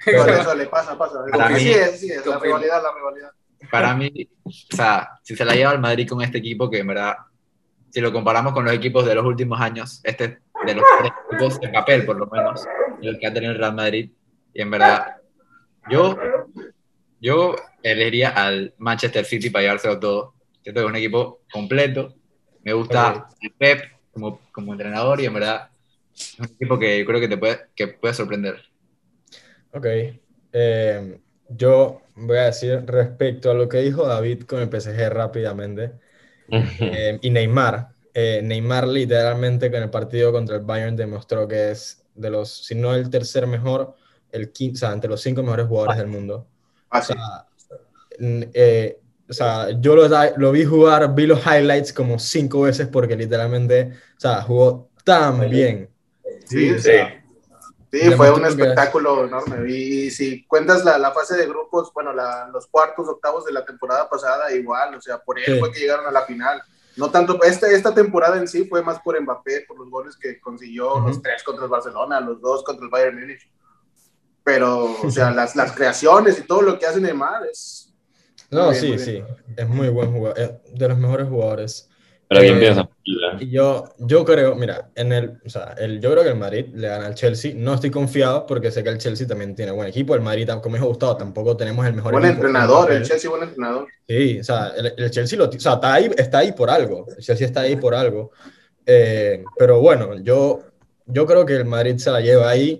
Vale, vale, pasa, pasa. Para Porque mí- sí es, sí es, la confirmo. rivalidad, la rivalidad. Para mí, o sea, si se la lleva el Madrid con este equipo, que en verdad, si lo comparamos con los equipos de los últimos años, este es de los tres equipos en papel, por lo menos, el que ha tenido el Real Madrid. Y en verdad, yo, yo elegiría al Manchester City para llevárselo todo. Siento que es un equipo completo. Me gusta el Pep como, como entrenador y en verdad es un equipo que yo creo que te puede, que puede sorprender. Ok. Eh, yo voy a decir respecto a lo que dijo David con el P S G rápidamente. Eh, y Neymar. Eh, Neymar literalmente con el partido contra el Bayern demostró que es de los, si no el tercer mejor, el quinto, o sea, entre los cinco mejores jugadores del mundo. Ah, O sí. sea, n- eh, o sea, yo lo, lo vi jugar, vi los highlights como cinco veces porque literalmente, o sea, jugó tan bien. Sí, o sí. sea, Sí, fue un demostró que- espectáculo enorme. Y si cuentas la, la fase de grupos, bueno, la, los cuartos, octavos de la temporada pasada, igual, o sea, por él Sí. fue que llegaron a la final. No tanto, este, esta temporada en sí fue más por Mbappé, por los goles que consiguió, Ujú. los tres contra el Barcelona, los dos contra el Bayern Múnich. Pero, o sea, las, las creaciones y todo lo que hace Neymar es... No, muy bien, sí, muy sí, bien. es muy buen jugador, es de los mejores jugadores. Pero ¿quién Eh, piensa? Y yo, yo creo, mira, en el, o sea, el, yo creo que el Madrid le gana al Chelsea. No estoy confiado porque sé que el Chelsea también tiene buen equipo. El Madrid, como dijo Gustavo, tampoco tenemos el mejor Buen equipo en entrenador, el papel. Chelsea, buen entrenador. Sí, o sea, el, el Chelsea, lo, o sea, está ahí, está ahí por algo. El Chelsea está ahí por algo. Eh, pero bueno, yo, yo creo que el Madrid se la lleva ahí.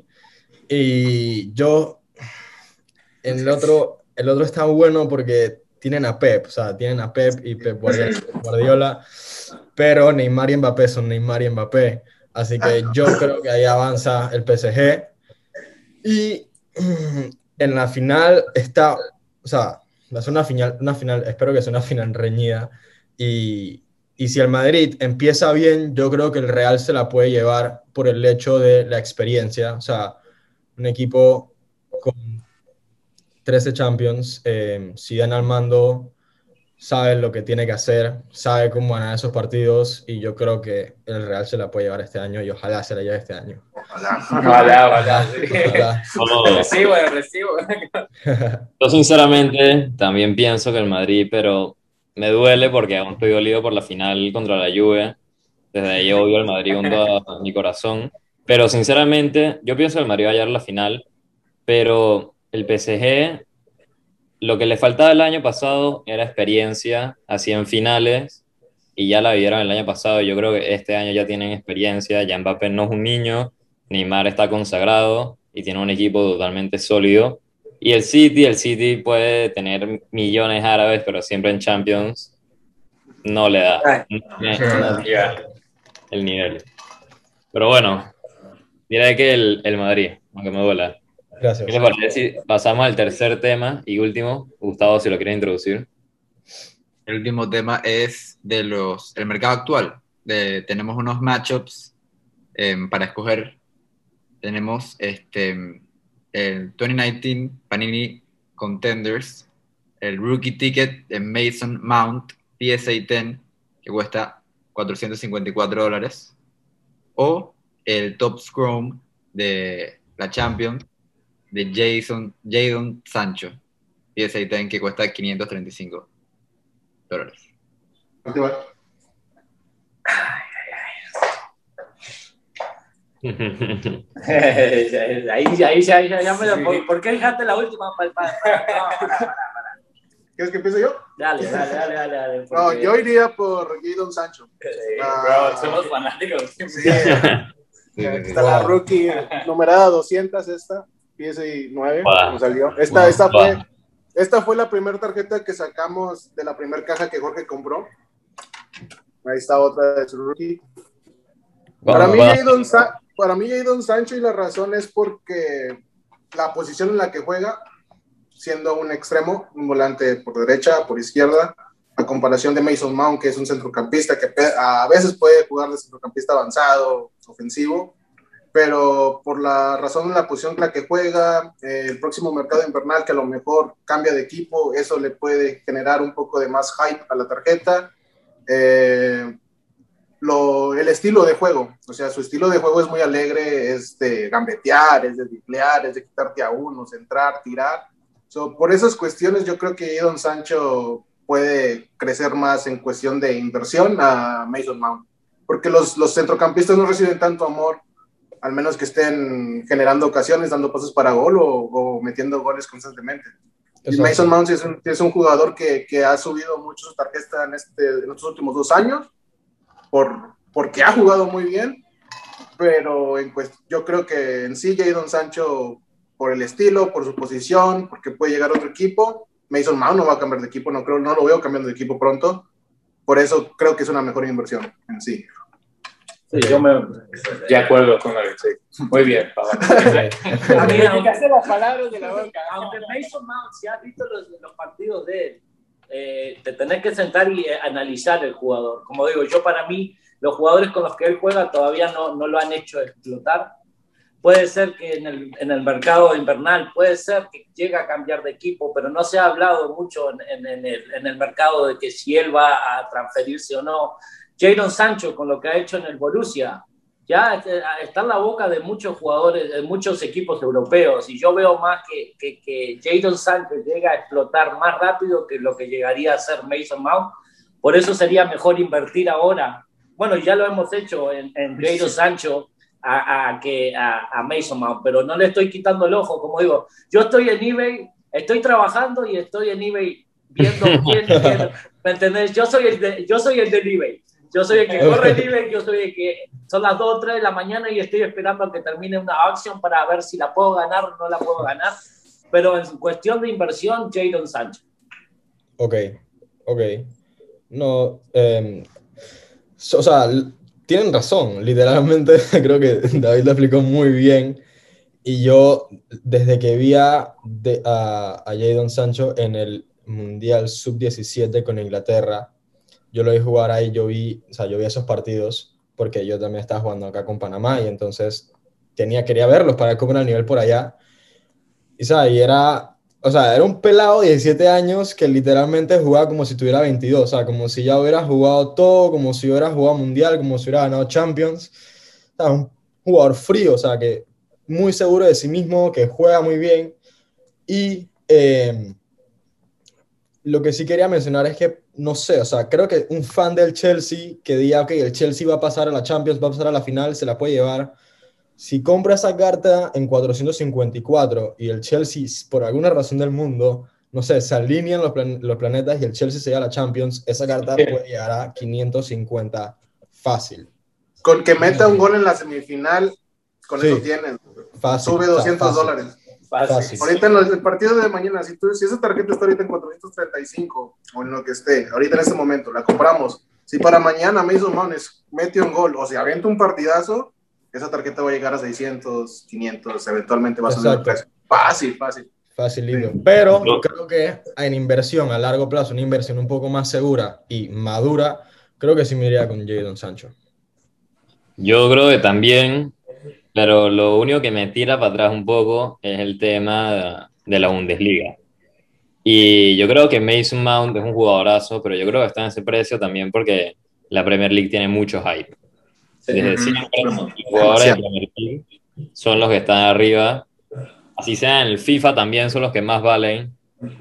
Y yo, en el otro, el otro está bueno porque tienen a Pep, o sea, tienen a Pep y Pep Guardiola, Guardiola, pero Neymar y Mbappé son Neymar y Mbappé. Así que yo creo que ahí avanza el P S G. Y en la final está, o sea, va a ser una final, una final, espero que sea una final reñida. Y, y si el Madrid empieza bien, yo creo que el Real se la puede llevar por el hecho de la experiencia. O sea, un equipo con trece Champions, eh, Zidane al mando, sabe lo que tiene que hacer, sabe cómo ganar esos partidos y yo creo que el Real se la puede llevar este año y ojalá se la lleve este año. Ojalá. Ojalá, ojalá. Sí. Ojalá. No, Recibo, recibo. yo sinceramente también pienso que el Madrid, pero me duele porque aún estoy dolido por la final contra la Juve. Desde ahí odio al Madrid con todo mi corazón. Pero sinceramente, yo pienso que el Madrid va a llegar a la final, pero el P S G, lo que le faltaba el año pasado era experiencia, así en finales, y ya la vivieron el año pasado. Yo creo que este año ya tienen experiencia, ya Mbappé no es un niño, Neymar está consagrado y tiene un equipo totalmente sólido. Y el City, el City puede tener millones árabes, pero siempre en Champions no le da, no tiene, no tiene el nivel. Pero bueno, diré que el, el Madrid, aunque me duela. Gracias. ¿Qué les parece si pasamos al tercer tema y último? Gustavo, si lo quieren introducir. El último tema es de los, el mercado actual. De, tenemos unos matchups eh, para escoger. Tenemos este, el veinte diecinueve Panini Contenders, el Rookie Ticket de Mason Mount P S A diez, que cuesta cuatrocientos cincuenta y cuatro dólares, o el Top Scrum de la Champions de Jason, Jadon Sancho P S A diez, que cuesta quinientos treinta y cinco dólares. ahí, ahí, ahí, ahí, ya me lo- ¿por, ¿por qué dejaste la última? Pa- pa- pa- no, ¿Quieres que empiece yo? dale, dale, dale, dale, dale. No, porque- yo iría por Jadon Sancho. Sí, Ah. bro, somos fanáticos. Sí, Sí, sí, sí. está la rookie numerada doscientos esta, P S nueve, Wow. como salió. Esta, Wow. esta, Wow. fue, esta fue la primera tarjeta que sacamos de la primera caja que Jorge compró. Ahí está otra de su rookie. Para mí, Wow. Jadon Sa- para mí, Jadon Sancho, y la razón es porque la posición en la que juega, siendo un extremo, un volante por derecha, por izquierda, a comparación de Mason Mount, que es un centrocampista que pe- a veces puede jugar de centrocampista avanzado, ofensivo, pero por la razón en la posición en la que juega, eh, el próximo mercado invernal que a lo mejor cambia de equipo, eso le puede generar un poco de más hype a la tarjeta. Eh, lo, el estilo de juego. O sea, su estilo de juego es muy alegre, es de gambetear, es de driblear, es de quitarte a uno, centrar, tirar. So, por esas cuestiones yo creo que Jadon Sancho puede crecer más en cuestión de inversión a Mason Mount, porque los, los centrocampistas no reciben tanto amor, al menos que estén generando ocasiones, dando pasos para gol o, o metiendo goles constantemente. Y Mason Mount es un, es un jugador que, que ha subido mucho su tarjeta en, este, en estos últimos dos años, por, porque ha jugado muy bien, pero en cuest- yo creo que en sí Jadon Sancho, por el estilo, por su posición, porque puede llegar a otro equipo, Mason Mount no va a cambiar de equipo, no, creo, no lo veo cambiando de equipo pronto, por eso creo que es una mejor inversión en sí. Sí, yo me... De acuerdo con Alex, sí. Muy bien, Pablo. A mí, Me aunque, quitaste las palabras de la boca. aunque Mason Mount, si has visto los, los partidos de él, eh, te tenés que sentar y eh, analizar el jugador. Como digo, yo para mí, los jugadores con los que él juega todavía no, no lo han hecho explotar. Puede ser que en el, en el mercado invernal, puede ser que llegue a cambiar de equipo, pero no se ha hablado mucho en, en, en, el, en el mercado de que si él va a transferirse o no. Jadon Sancho, con lo que ha hecho en el Borussia, ya está en la boca de muchos jugadores, de muchos equipos europeos, y yo veo más que, que, que Jadon Sancho llega a explotar más rápido que lo que llegaría a ser Mason Mount. Por eso sería mejor invertir ahora. Bueno, ya lo hemos hecho en, en Jadon Sancho a, a, que, a, a Mason Mount, pero no le estoy quitando el ojo, como digo. Yo estoy en eBay, estoy trabajando y estoy en eBay viendo quién, quién ¿me entendés? Yo soy el de, yo soy el del eBay. Yo soy el que corre el eBay, yo soy el que son las dos o tres de la mañana y estoy esperando a que termine una acción para ver si la puedo ganar o no la puedo ganar. Pero en cuestión de inversión, Jadon Sancho. Ok, ok. No, eh, o sea, tienen razón, literalmente creo que David lo explicó muy bien. Y yo, desde que vi a, de, a, a Jadon Sancho en el Mundial sub diecisiete con Inglaterra, yo lo vi jugar ahí, yo vi, o sea, yo vi esos partidos porque yo también estaba jugando acá con Panamá y entonces tenía, quería verlos para ver cómo era el nivel por allá. Y, ¿sabes? Y era, o sea, era un pelado de diecisiete años que literalmente jugaba como si tuviera veintidós, o sea, como si ya hubiera jugado todo, como si hubiera jugado Mundial, como si hubiera ganado Champions. O sea, un jugador frío, o sea, que muy seguro de sí mismo, que juega muy bien. Y eh, lo que sí quería mencionar es que, no sé, o sea, creo que un fan del Chelsea que diga, ok, el Chelsea va a pasar a la Champions, va a pasar a la final, se la puede llevar. Si compra esa carta en cuatrocientos cincuenta y cuatro y el Chelsea, por alguna razón del mundo, no sé, se alinean los, plan los planetas y el Chelsea se lleva a la Champions, esa carta puede llegar a quinientos cincuenta fácil. Con que meta un gol en la semifinal, con sí, eso tienes. Fácil, sube doscientos dólares. Fácil. Ahorita en los, el partido de mañana, si, tú, si esa tarjeta está ahorita en cuatrocientos treinta y cinco o en lo que esté, ahorita en este momento, la compramos. Si para mañana Mason Mount mete un gol o se avienta un partidazo, esa tarjeta va a llegar a seiscientos, quinientos, eventualmente va a subir el precio. Fácil, fácil. Fácil, lindo. Sí. Pero no. Creo que en inversión a largo plazo, una inversión un poco más segura y madura, creo que sí me iría con Jadon Sancho. Yo creo que también, pero lo único que me tira para atrás un poco es el tema de la Bundesliga. Y yo creo que Mason Mount es un jugadorazo, pero yo creo que está en ese precio también porque la Premier League tiene mucho hype. Desde siempre, los jugadores de Premier League son los que están arriba. Así sea en el FIFA también son los que más valen.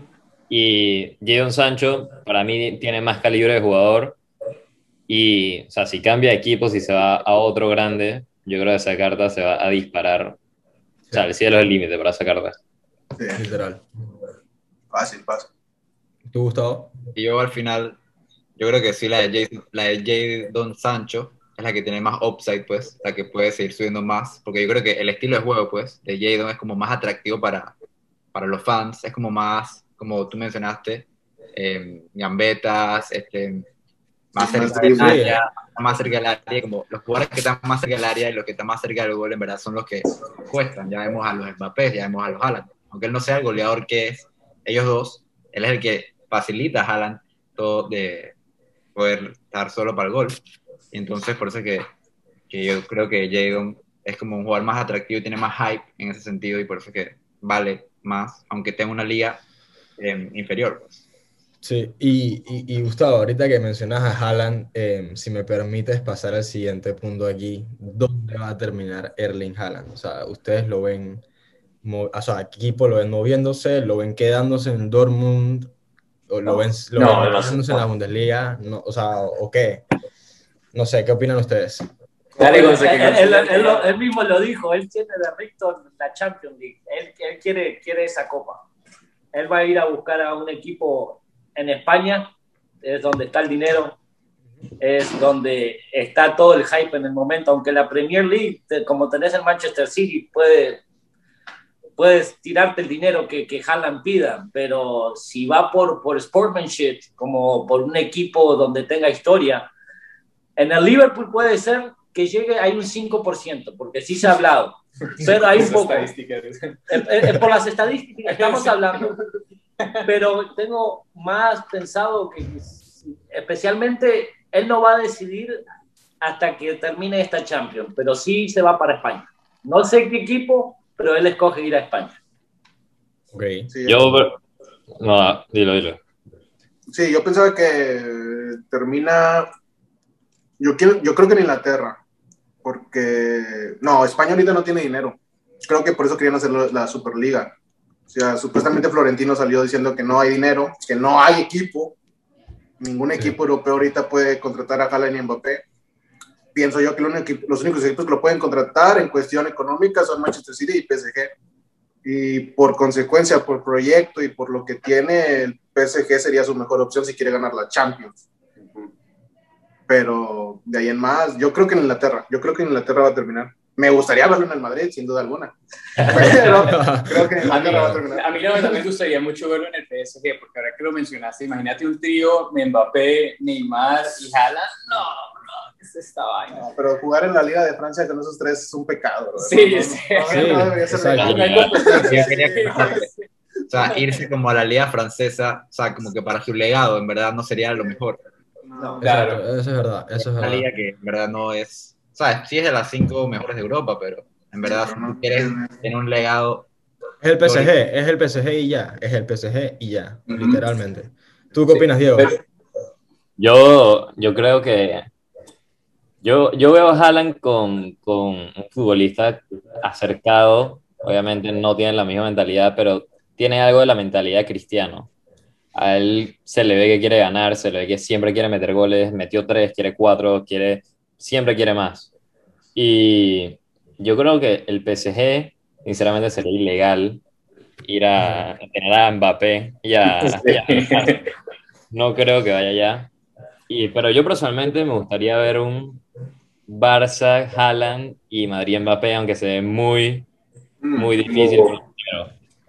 Y Jadon Sancho, para mí, tiene más calibre de jugador. Y, o sea, si cambia de equipo, si se va a otro grande, yo creo que esa carta se va a disparar. Sí. O sea, el cielo es el límite para esa carta. Sí. Literal. Fácil, fácil. ¿Tú, Gustavo? Y yo al final, yo creo que sí, la de Jadon, la de Jadon Sancho es la que tiene más upside, pues, la que puede seguir subiendo más, porque yo creo que el estilo de juego, pues, de Jadon es como más atractivo para, para los fans, es como más, como tú mencionaste, eh, gambetas, este, más cerca del área, más cerca del área, como los jugadores que están más cerca del área y los que están más cerca del gol, en verdad, son los que cuestan. Ya vemos a los Mbappé, ya vemos a los Haaland, aunque él no sea el goleador que es, ellos dos, él es el que facilita a Haaland todo de poder estar solo para el gol. Y entonces por eso que, que yo creo que Jadon es como un jugador más atractivo y tiene más hype en ese sentido y por eso que vale más, aunque tenga una liga eh, inferior. Pues. Sí, y, y, y Gustavo, ahorita que mencionas a Haaland, eh, si me permites pasar al siguiente punto aquí, ¿dónde va a terminar Erling Haaland? O sea, ustedes lo ven, mo- o sea, equipo lo ven moviéndose, lo ven quedándose en Dortmund, o lo No, ven, lo no, ven no sé. quedándose en la Bundesliga, no, o sea, o qué, no sé, ¿qué opinan ustedes? Dale, Él, Gonza, que él- él- Gonza- él lo- él mismo lo dijo, él tiene de Richton la Champions League, él, él quiere, quiere esa copa. Él va a ir a buscar a un equipo en España, es donde está el dinero, es donde está todo el hype en el momento, aunque la Premier League, como tenés el Manchester City, puede, puedes tirarte el dinero que, que Haaland pida, pero si va por, por sportsmanship, como por un equipo donde tenga historia, en el Liverpool puede ser que llegue a un cinco por ciento, porque sí se ha hablado, pero hay un poco. Estadísticas. Eh, eh, por las estadísticas estamos hablando, pero tengo más pensado que especialmente él no va a decidir hasta que termine esta Champions, pero sí se va para España. No sé qué equipo, pero él escoge ir a España. Ok. Sí, Yo, no, dilo, dilo. sí, yo pensaba que termina, yo, quiero, yo creo que en Inglaterra, porque, no, España ahorita no tiene dinero. Creo que por eso querían hacer la Superliga. O sea, supuestamente Florentino salió diciendo que no hay dinero, que no hay equipo. Ningún equipo sí. europeo ahorita puede contratar a Haaland y Mbappé. Pienso yo que los únicos equipos que lo pueden contratar en cuestión económica son Manchester City y P S G. Y por consecuencia, por proyecto y por lo que tiene, el P S G sería su mejor opción si quiere ganar la Champions. Pero de ahí en más, yo creo que en Inglaterra, yo creo que en Inglaterra va a terminar. Me gustaría verlo en el Madrid, sin duda alguna. Pero creo que en Inglaterra va a terminar. A mí la verdad me gustaría mucho verlo en el P S G, porque ahora que lo mencionaste, imagínate un trío de Mbappé, Neymar y Haaland. No, no, es esta vaina. No, pero jugar en la Liga de Francia con esos tres es un pecado, ¿verdad? Sí, no, sí. No, no, no debería ser Exacto. legal. Yo quería que- O sea, irse como a la liga francesa, o sea, como que para su legado, en verdad no sería lo mejor. No, Claro. Exacto, eso es verdad, eso es Una verdad. liga que en verdad no es, o sea, sí es de las cinco mejores de Europa, pero en verdad si tú quieres tener un legado, Es el P S G, es el P S G y ya, es el P S G y ya, Ujú. literalmente. ¿Tú qué Sí. opinas, Diego? Pero- Yo, yo creo que yo, yo veo a Haaland con, con un futbolista acercado, obviamente no tiene la misma mentalidad, pero tiene algo de la mentalidad de Cristiano. A él se le ve que quiere ganar, se le ve que siempre quiere meter goles, metió tres, quiere cuatro, quiere, siempre quiere más. Y yo creo que el P S G, sinceramente, sería ilegal ir a, a tener a Mbappé y a, y a Neymar. No creo que vaya allá. Y, pero yo personalmente me gustaría ver un Barça, Haaland y Madrid Mbappé, aunque se ve muy, muy difícil. Pero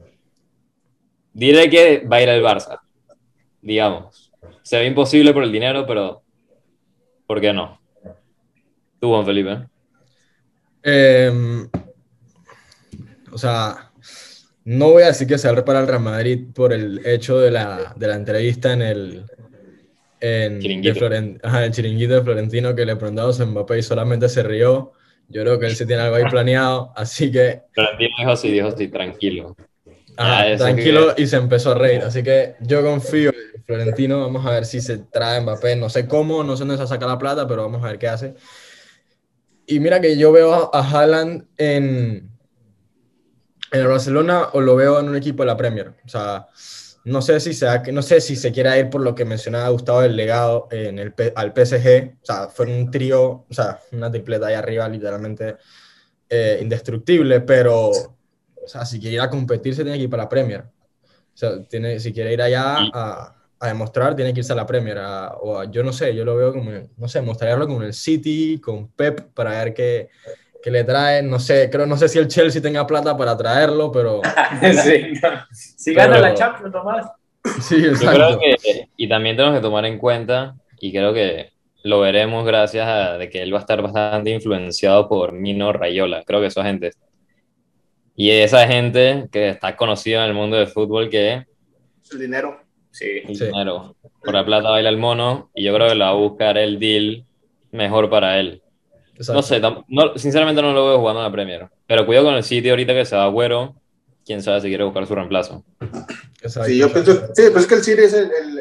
diré que va a ir al Barça, digamos. Se ve imposible por el dinero, pero ¿por qué no? Tú, Juan Felipe. Eh, o sea, no voy a decir que se va para el Real Madrid por el hecho de la, de la entrevista en el, en, de Chiringuito. Floren- ajá, el chiringuito de Florentino que le preguntaba a Mbappé y solamente se rió. Yo creo que él sí tiene algo ahí planeado, así que Florentino dijo así, dijo así, tranquilo. ajá, Ya, eso tranquilo, que- y se empezó a reír. Así que yo confío en Florentino. Vamos a ver si se trae Mbappé. No sé cómo, no sé dónde se saca la plata, pero vamos a ver qué hace. Y mira que yo veo a, a Haaland en, en el Barcelona o lo veo en un equipo de la Premier. O sea, no sé si se, no sé si se quiera ir por lo que mencionaba Gustavo del legado en el, P- al P S G. O sea, fue un trío, o sea, una tripleta ahí arriba, literalmente eh, indestructible, pero, o sea, si quiere ir a competir, se tiene que ir para la Premier. O sea, tiene, si quiere ir allá Y- a, a demostrar, tiene que irse a la Premier. a- o a- yo no sé, yo lo veo como, no sé, mostrarlo con el City, con Pep, para ver qué, qué le traen. No sé, creo, no sé si el Chelsea tenga plata para traerlo, pero Sí, no. Si gana Pero- la Champions nomás. sí, Yo exacto. creo que, y también tenemos que tomar en cuenta, y creo que lo veremos gracias a de que él va a estar bastante influenciado por Mino Raiola, creo que esa gente. Y esa gente que está conocida en el mundo del fútbol que El dinero. Sí. el Sí. dinero, por la plata baila el mono, y yo creo que le va a buscar el deal mejor para él. Exacto. No sé, tam- no, sinceramente no lo veo jugando en la Premier, pero cuidado con el City ahorita que se va Agüero, quién sabe si quiere buscar su reemplazo. Exacto, Sí, yo exacto. pienso, sí, pues es que el City es el, el, el,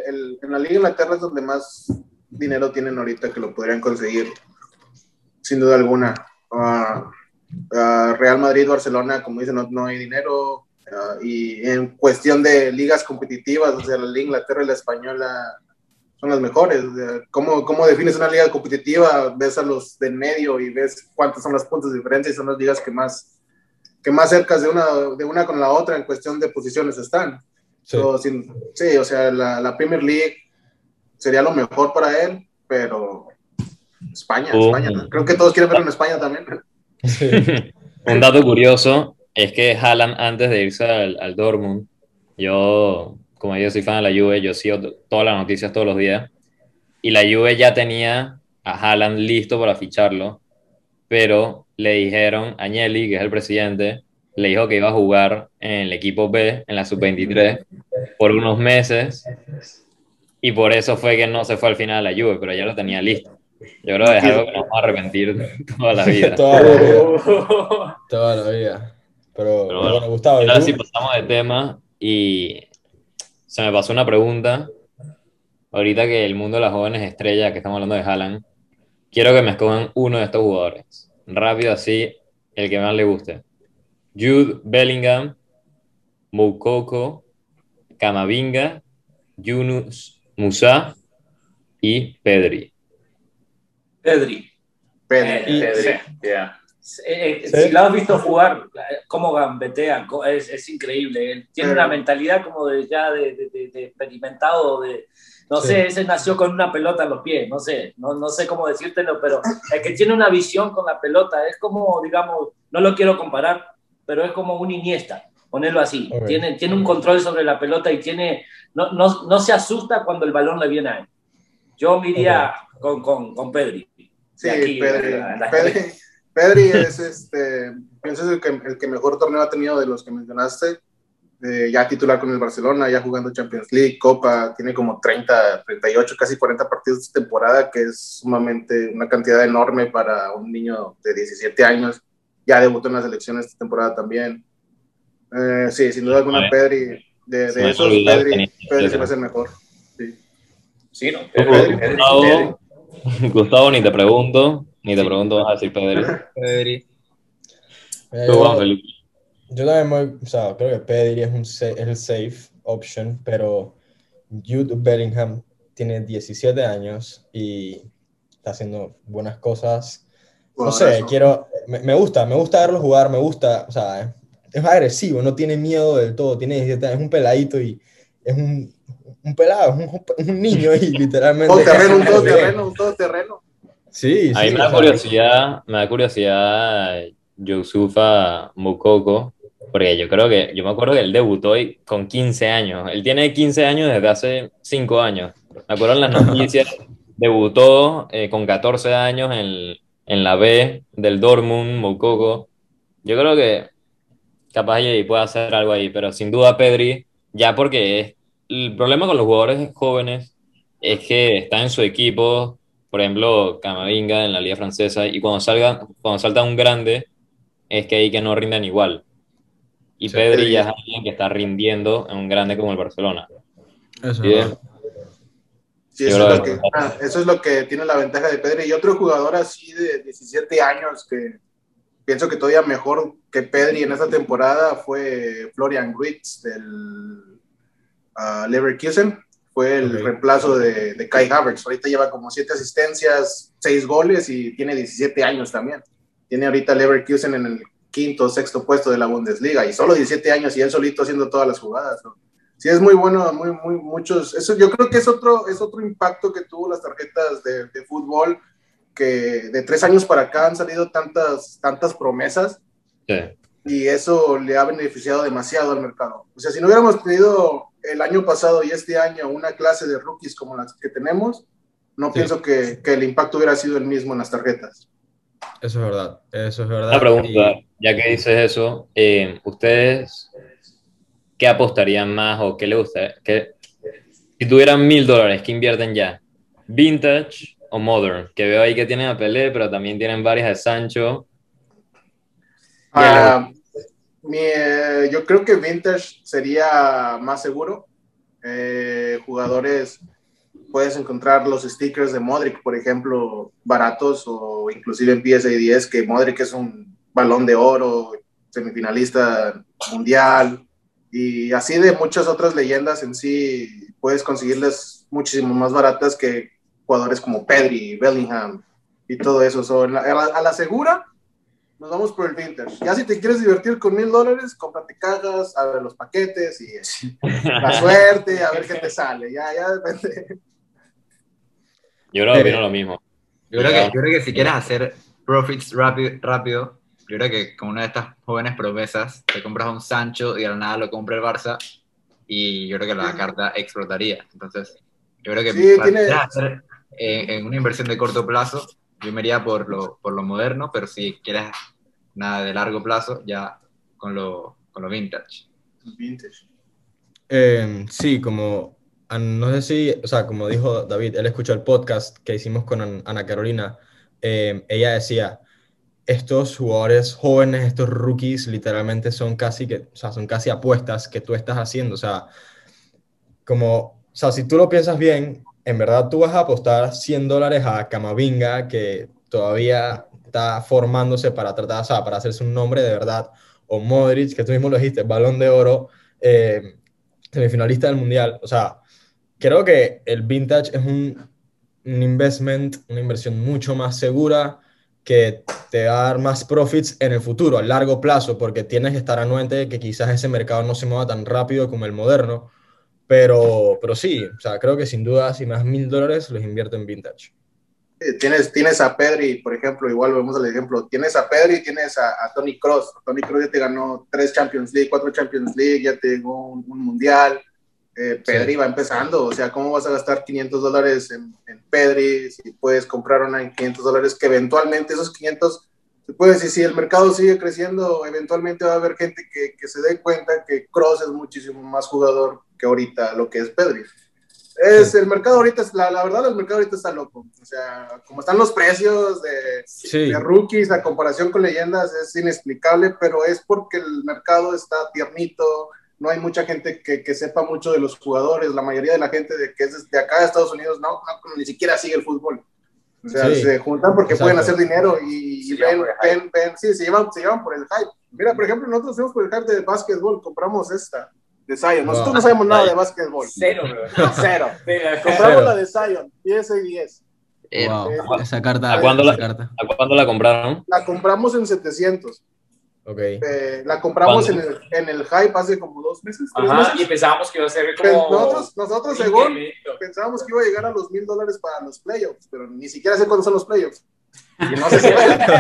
en la Liga de Inglaterra es donde más dinero tienen ahorita que lo podrían conseguir, sin duda alguna. Uh, uh, Real Madrid, Barcelona, como dicen, no, no hay dinero. Uh, y en cuestión de ligas competitivas, o sea, la Liga de Inglaterra y la española son las mejores. O sea, ¿cómo, ¿Cómo defines una liga competitiva? Ves a los de en medio y ves cuántos son los puntos de diferencia y son las ligas que más, que más cerca de una, de una con la otra en cuestión de posiciones están. Sí, So, sin, sí, o sea, la, la Premier League sería lo mejor para él, pero España, Uh, España. Creo que todos quieren verlo en España también. sí. un dato curioso es que Haaland, antes de irse al, al Dortmund, yo, como yo soy fan de la Juve, yo sigo t- todas las noticias todos los días, y la Juve ya tenía a Haaland listo para ficharlo, pero le dijeron, Agnelli, que es el presidente, le dijo que iba a jugar en el equipo B, en la sub veintitrés, por unos meses, y por eso fue que no se fue al final a la Juve, pero ya lo tenía listo. Yo creo No que es quiso. algo que nos vamos a arrepentir toda la vida. Toda la vida, Uh, toda la vida. Pero, Pero pero bueno, bueno, Gustavo, y ¿y ahora sí tú? pasamos de tema y se me pasó una pregunta. Ahorita que el mundo de las jóvenes estrellas, que estamos hablando de Haaland, quiero que me escojan uno de estos jugadores. Rápido así, el que más le guste. Jude Bellingham, Moukoko, Camavinga, Yunus Musa y Pedri. Pedri. Pedri. Eh, Y- Pedri. Sí, yeah. Eh, eh, ¿Sí? Si lo has visto jugar, eh, cómo gambetea, co- es, es increíble. Él tiene Pero- una mentalidad como de ya de, de- de- de experimentado, de, no Sí. sé, ese nació con una pelota en los pies, no sé, no, no sé cómo decírtelo, pero es que tiene una visión con la pelota, es como, digamos, no lo quiero comparar, pero es como un Iniesta, ponerlo así. Ok. Tiene, tiene un control sobre la pelota y tiene, no, no, no se asusta cuando el balón le viene a él. Yo me iría con, con, con Pedri. Sí, de aquí, Pedri. a la- Pedri, Pedri es, este, pienso es el que, el que mejor torneo ha tenido de los que mencionaste. Eh, ya titular con el Barcelona, ya jugando Champions League, Copa, tiene como treinta, treinta y ocho, casi cuarenta partidos esta temporada, que es sumamente una cantidad enorme para un niño de diecisiete años. Ya debutó en la selección esta temporada también. Eh, sí, sin duda alguna, Pedri, de, Se de me esos, había olvidado que Pedri, tenía Pedri se me diecisiete. hace el mejor. Sí. Sí, no, Tú, Pedri, Pedri, Pedri, Pedri. Gustavo, Gustavo, ni te pregunto, ni te Sí. pregunto, vas a decir Pedri. Pedri. Mira, Tú, yo- Juan Felipe. Yo también voy, o sea, creo que Pedri es, un, sa- es el safe option, pero Jude Bellingham tiene diecisiete años y está haciendo buenas cosas. No sé, Jugadorazo. quiero, me, me gusta, me gusta verlo jugar, me gusta, o sea, es, es agresivo, no tiene miedo del todo, tiene diecisiete años, es un peladito y es un, un pelado, es un, es un niño y literalmente... Todoterreno, un hace bien. todoterreno, un todoterreno. Sí, A mí sí, me o da sea, curiosidad, me da curiosidad Youssoufa Moukoko, porque yo creo que, yo me acuerdo que él debutó y- con quince años. Él tiene quince años desde hace cinco años. Me acuerdo en las noticias, debutó eh, con catorce años en, en la B del Dortmund, Moukoko. Yo creo que capaz y puede hacer algo ahí, pero sin duda Pedri, ya porque es, el problema con los jugadores jóvenes es que están en su equipo, por ejemplo, Camavinga en la liga francesa, y cuando salga, cuando salta un grande, es que ahí que no rindan igual. Y Sí, Pedri Pedri. ya es alguien que está rindiendo en un grande como el Barcelona. eso es ¿Sí? verdad. Sí, Yo eso es, creo lo que- que, ah, eso es lo que tiene la ventaja de Pedri. Y otro jugador así de diecisiete años que pienso que todavía mejor que Pedri en esta temporada fue Florian Wirtz del uh, Leverkusen. Fue el Ok. reemplazo de, de Kai Havertz. Ahorita lleva como siete asistencias, seis goles y tiene diecisiete años también. Tiene ahorita Leverkusen en el quinto o sexto puesto de la Bundesliga y solo diecisiete años y él solito haciendo todas las jugadas, ¿no? Sí, es muy bueno, muy, muy, muchos, eso yo creo que es otro, es otro impacto que tuvo las tarjetas de, de fútbol, que de tres años para acá han salido tantas, tantas promesas Sí. y eso le ha beneficiado demasiado al mercado. O sea, si no hubiéramos tenido el año pasado y este año una clase de rookies como las que tenemos, no Sí. pienso que, que el impacto hubiera sido el mismo en las tarjetas. Eso es verdad, eso es Una verdad. pregunta, Y ya que dices eso, eh, ¿ustedes qué apostarían más o qué les gusta? ¿Qué, si tuvieran mil dólares, ¿qué invierten ya? ¿Vintage o modern? Que veo ahí que tienen a Pelé, pero también tienen varias de Sancho. ¿Qué les gusta? Ah, mi, eh, yo creo que Vintage sería más seguro. Eh, jugadores puedes encontrar los stickers de Modric, por ejemplo, baratos, o inclusive en P S A diez, que Modric es un Balón de Oro, semifinalista mundial, y así de muchas otras leyendas en sí, puedes conseguirlas muchísimo más baratas que jugadores como Pedri, Bellingham y todo eso. So, la, a, la, a la segura nos vamos por el vintage. Ya si te quieres divertir con mil dólares, cómprate cajas, abre los paquetes y la suerte, a ver qué te sale. Ya, ya depende. Yo creo que opino lo mismo. Yo creo, que, yo creo que si quieres hacer profits rápido, rápido, yo creo que con una de estas jóvenes promesas, te compras un Sancho y de la nada lo compra el Barça, y yo creo que la carta explotaría. Entonces, yo creo que sí, para tiene... hacer eh, en una inversión de corto plazo, yo me iría por lo, por lo moderno, pero si quieres nada de largo plazo, ya con lo, con lo vintage. Vintage. Eh, sí, como, no sé si, o sea, como dijo David, él escuchó el podcast que hicimos con Ana Carolina, eh, ella decía, estos jugadores jóvenes, estos rookies, literalmente son casi, que, o sea, son casi apuestas que tú estás haciendo, o sea, como, o sea, si tú lo piensas bien, en verdad tú vas a apostar cien dólares a Camavinga, que todavía está formándose para tratar, o sea, para hacerse un nombre de verdad, o Modric, que tú mismo lo dijiste, Balón de Oro, eh, semifinalista del Mundial. O sea, creo que el vintage es un, un investment, una inversión mucho más segura, que te va a dar más profits en el futuro, a largo plazo, porque tienes que estar anuente de que quizás ese mercado no se mueva tan rápido como el moderno, pero, pero sí, o sea, creo que sin duda, si me das mil dólares, los invierto en vintage. Tienes, tienes a Pedri, por ejemplo, igual vemos el ejemplo, tienes a Pedri y tienes a, a Toni Kroos. Toni Kroos ya te ganó tres Champions League, cuatro Champions League, ya te ganó un, un Mundial. Eh, Pedri sí. va empezando, o sea, ¿cómo vas a gastar quinientos dólares en, en Pedri si puedes comprar una en quinientos dólares que eventualmente esos quinientos, se puede decir, si el mercado sigue creciendo, eventualmente va a haber gente que, que se dé cuenta que Kroos es muchísimo más jugador que ahorita lo que es Pedri. Es sí. El mercado ahorita, la, la verdad, el mercado ahorita está loco. O sea, como están los precios de, sí. de rookies, la comparación con leyendas es inexplicable, pero es porque el mercado está tiernito, no hay mucha gente que, que sepa mucho de los jugadores, la mayoría de la gente de, que es de acá de Estados Unidos no, no ni siquiera sigue el fútbol. O sea, sí. se juntan porque Exacto. pueden hacer dinero y, y ven, ven, ven, sí, se llevan, se llevan por el hype. Mira, por ejemplo, nosotros hacemos por el hype de básquetbol, compramos esta. De Zion. Nosotros wow. no sabemos nada de básquetbol. Cero, bro. Cero. Compramos Cero. La de Zion, P S diez. Wow. Eh, esa carta. ¿A cuándo, la, carta? ¿A cuándo la compraron? La compramos en setecientos. Ok. Eh, la compramos en el, en el hype hace como dos meses. Ajá, meses. y pensábamos que iba a ser como. Nosotros, nosotros según, pensábamos que iba a llegar a los mil dólares para los playoffs, pero ni siquiera sé cuándo son los playoffs. Y no sé si.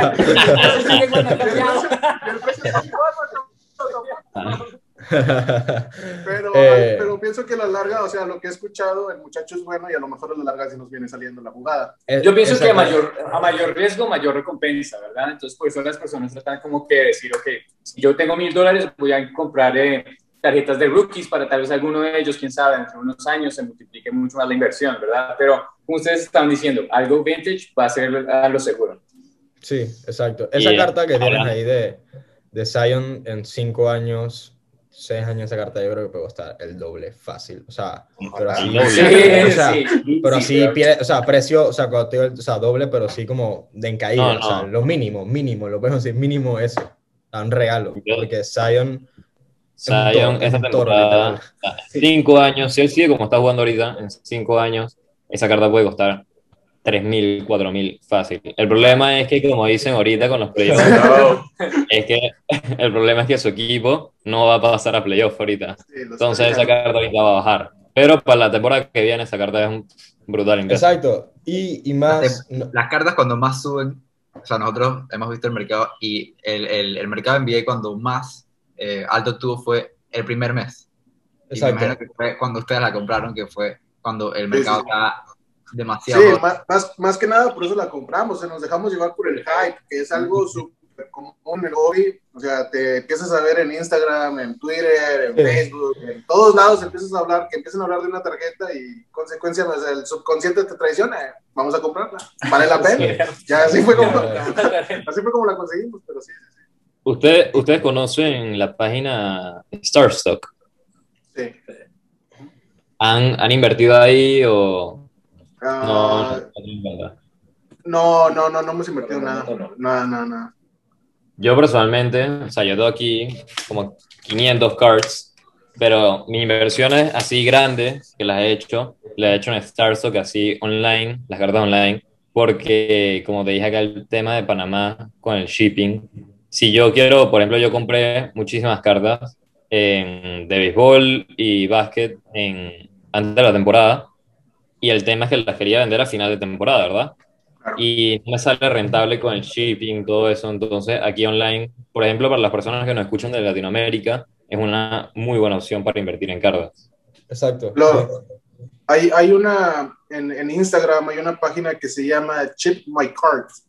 pero, eh, pero pienso que la larga, o sea, lo que he escuchado, el muchacho es bueno y a lo mejor a la larga sí nos viene saliendo la jugada. Yo pienso que a mayor, a mayor riesgo, mayor recompensa, ¿verdad? Entonces, por eso las personas tratan como que decir, ok, si yo tengo mil dólares, voy a comprar eh, tarjetas de rookies para tal vez alguno de ellos, quién sabe, dentro de unos años se multiplique mucho más la inversión, ¿verdad? Pero, como ustedes estaban diciendo, algo vintage va a ser a lo seguro. Sí, exacto. Esa yeah. carta que tienes ahí de, de Zion en cinco años... seis años esa carta yo creo que puede costar el doble fácil, o sea, pero así, sí, o sea, sí, pero sí, así, claro. O sea, precio, o sea, cuando te digo, o sea, doble, pero sí como de en caída, no, no. o sea, lo mínimo, mínimo, lo podemos decir, mínimo eso, un regalo, porque Zion, Zion, esta temporada, cinco años, si él sigue como está jugando ahorita, en cinco años, esa carta puede costar tres mil, cuatro mil fácil. El problema es que, como dicen ahorita con los playoffs, no. es que el problema es que su equipo no va a pasar a playoffs ahorita. Sí, Entonces esa carta ahorita va a bajar. Pero para la temporada que viene esa carta es un brutal ingreso. Exacto. Y, y más... Las, las cartas cuando más suben, o sea, nosotros hemos visto el mercado y el, el, el mercado N B A cuando más eh, alto tuvo fue el primer mes. Exacto. Y me imagino que fue cuando ustedes la compraron, que fue cuando el mercado sí, sí. está... demasiado. Sí, más, más, más que nada por eso la compramos, o sea, nos dejamos llevar por el hype, que es algo súper común en el hobby, o sea, te empiezas a ver en Instagram, en Twitter, en sí. Facebook, en todos lados empiezas a hablar, que empiezan a hablar de una tarjeta y consecuencia, pues, el subconsciente te traiciona, eh, vamos a comprarla, vale la pena, sí. ya así fue, como, así fue como la conseguimos, pero sí, sí, sí. ¿Usted, ¿Ustedes conocen la página Starstock? Sí. ¿Han, han invertido ahí o...? No, no, Ah, no tengo en cuenta. no, no, no, no hemos invertido No, nada. no, no. Nada, nada, nada. Yo personalmente, o sea, yo tengo aquí como quinientos cards, pero mis inversiones así grandes que las he hecho, las he hecho en Starstock así online, las cartas online, porque como te dije acá el tema de Panamá con el shipping, si yo quiero, por ejemplo, yo compré muchísimas cartas en- de béisbol y básquet en, antes de la temporada, y el tema es que las quería vender a final de temporada, ¿verdad? Claro. Y no me sale rentable con el shipping, todo eso. Entonces, aquí online, por ejemplo, para las personas que nos escuchan de Latinoamérica, es una muy buena opción para invertir en cartas. Exacto, sí. Lo, hay, hay una, en, en Instagram hay una página que se llama Chip My Cards.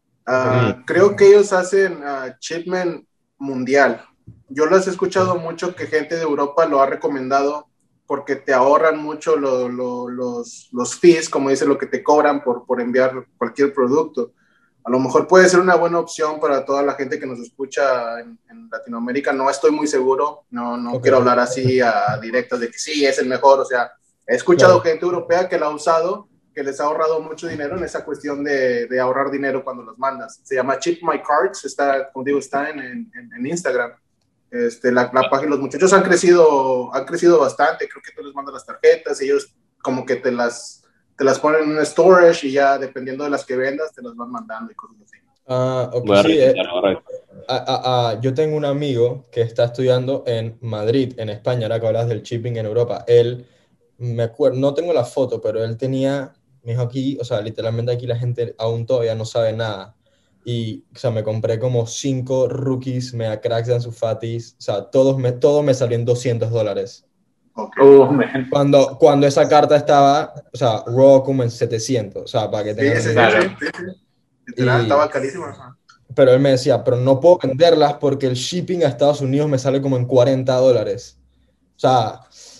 Ah, Mm. creo que ellos hacen ah, shipment mundial. Yo los he escuchado mucho que gente de Europa lo ha recomendado porque te ahorran mucho lo- lo- los, los fees, como dice, lo que te cobran por, por enviar cualquier producto. A lo mejor puede ser una buena opción para toda la gente que nos escucha en, en Latinoamérica. No estoy muy seguro, no, no Ok. quiero hablar así a directas de que sí, es el mejor. O sea, he escuchado Claro. gente europea que lo ha usado, que les ha ahorrado mucho dinero en esa cuestión de, de ahorrar dinero cuando los mandas. Se llama Chip My Cards, está, como digo, está en, en, en Instagram. Este, la, la página, los muchachos han crecido, han crecido bastante. Creo que tú les mandas las tarjetas y ellos como que te las, te las ponen en un storage y ya dependiendo de las que vendas te las van mandando y cosas así. Ah, ok, Voy a sí, eh, revisarlo, voy a revisarlo. ah, ah, ah, yo tengo un amigo que está estudiando en Madrid, en España, ahora que hablas del shipping en Europa. Él, me acuerdo, no tengo la foto, pero él tenía, me dijo aquí, o sea, literalmente aquí la gente aún todavía no sabe nada. Y, o sea, me compré como cinco rookies, mega cracks de Ansu Fatis, o sea, todos me, todo me salió en doscientos dólares. Okay. Uh, man. Cuando, cuando esa carta estaba, o sea, raw como en setecientos, o sea, para que Sí, tengan sí, una sí, idea. Claro. sí, sí, sí. Literal, Y, estaba carísimo. Ajá. pero él me decía, pero no puedo venderlas porque el shipping a Estados Unidos me sale como en cuarenta dólares. O sea,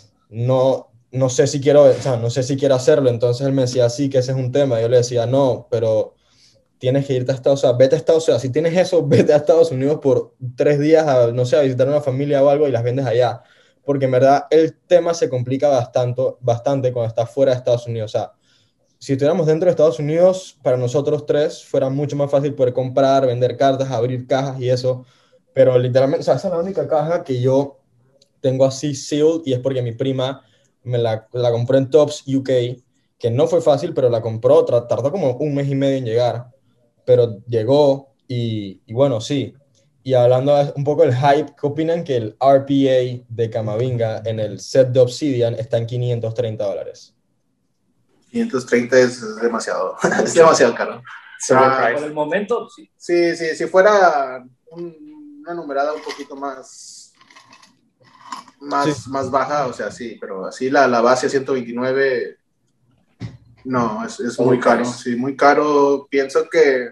no, no sé si quiero, o sea, no sé si quiero hacerlo. Entonces él me decía, sí, que ese es un tema. Yo le decía, no, pero tienes que irte a Estados Unidos, o sea, vete a Estados Unidos, si tienes eso, vete a Estados Unidos por tres días, a, no sé, a visitar a una familia o algo y las vendes allá. Porque en verdad el tema se complica bastante, bastante cuando estás fuera de Estados Unidos. O sea, si estuviéramos dentro de Estados Unidos, para nosotros tres fuera mucho más fácil poder comprar, vender cartas, abrir cajas y eso. Pero literalmente, o sea, esa es la única caja que yo tengo así sealed y es porque mi prima me la, la compró en Tops U K, que no fue fácil, pero la compró, tra- tardó como un mes y medio en llegar, pero llegó y, y bueno, sí. Y hablando de un poco del hype, ¿qué opinan que el R P A de Camavinga en el set de Obsidian está en quinientos treinta dólares? quinientos treinta es demasiado, es demasiado caro. Ah, Por el momento, sí. sí, sí, si fuera un- una numerada un poquito más, más, Sí. más baja, o sea, sí, pero así la, la base a ciento veintinueve, no, es, es muy caro, sí, muy caro. Pienso que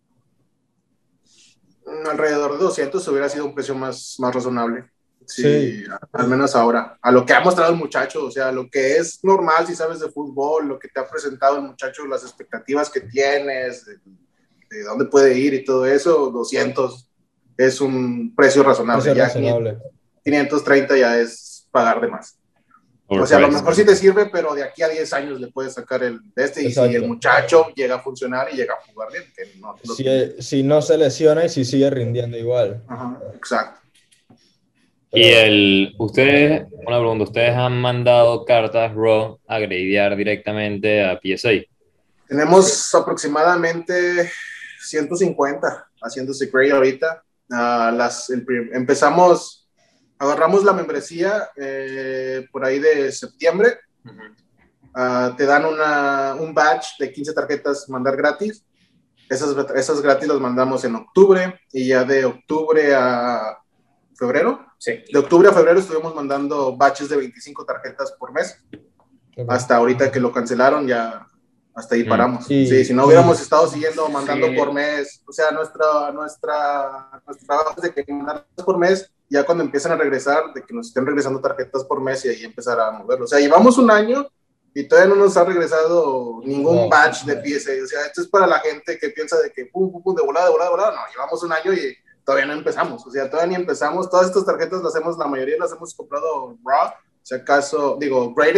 mm, alrededor de doscientos hubiera sido un precio más, más razonable. Sí, Sí, al menos ahora, a lo que ha mostrado el muchacho, o sea, lo que es normal si sabes de fútbol, lo que te ha presentado el muchacho, las expectativas que tienes, de, de dónde puede ir y todo eso, doscientos es un precio razonable. precio Ya razonable. quinientos treinta ya es pagar de más. O sea, a lo mejor sí te sirve, pero de aquí a diez años le puedes sacar el de este. Y si el Exacto. muchacho llega a funcionar y llega a jugar bien, que no lo Si, tiene. si no se lesiona y si sigue rindiendo igual. Ajá, exacto. Y Pero, el, ustedes, una pregunta, ¿ustedes han mandado cartas raw a gradear directamente a P S A? Tenemos aproximadamente ciento cincuenta haciéndose Grey ahorita. Uh, las, el, empezamos, agarramos la membresía eh, por ahí de septiembre. Uh, te dan una, un badge de quince tarjetas mandar gratis. Esas, esas gratis las mandamos en octubre y ya de octubre a febrero. Sí. De octubre a febrero estuvimos mandando batches de veinticinco tarjetas por mes. okay. Hasta ahorita que lo cancelaron ya hasta ahí paramos. Y, sí, si no y, hubiéramos estado siguiendo mandando sí. por mes, o sea, nuestra, nuestra, nuestro trabajo es de que mandar por mes, ya cuando empiezan a regresar, de que nos estén regresando tarjetas por mes y ahí empezar a moverlo. O sea, llevamos un año y todavía no nos ha regresado ningún no. batch de P S A. O sea, esto es para la gente que piensa de que pum, pum, pum, de volada, de volada, de volada. No, llevamos un año y todavía no empezamos. O sea, todavía ni empezamos. Todas estas tarjetas las hemos, la mayoría las hemos comprado raw, si acaso, digo, graded.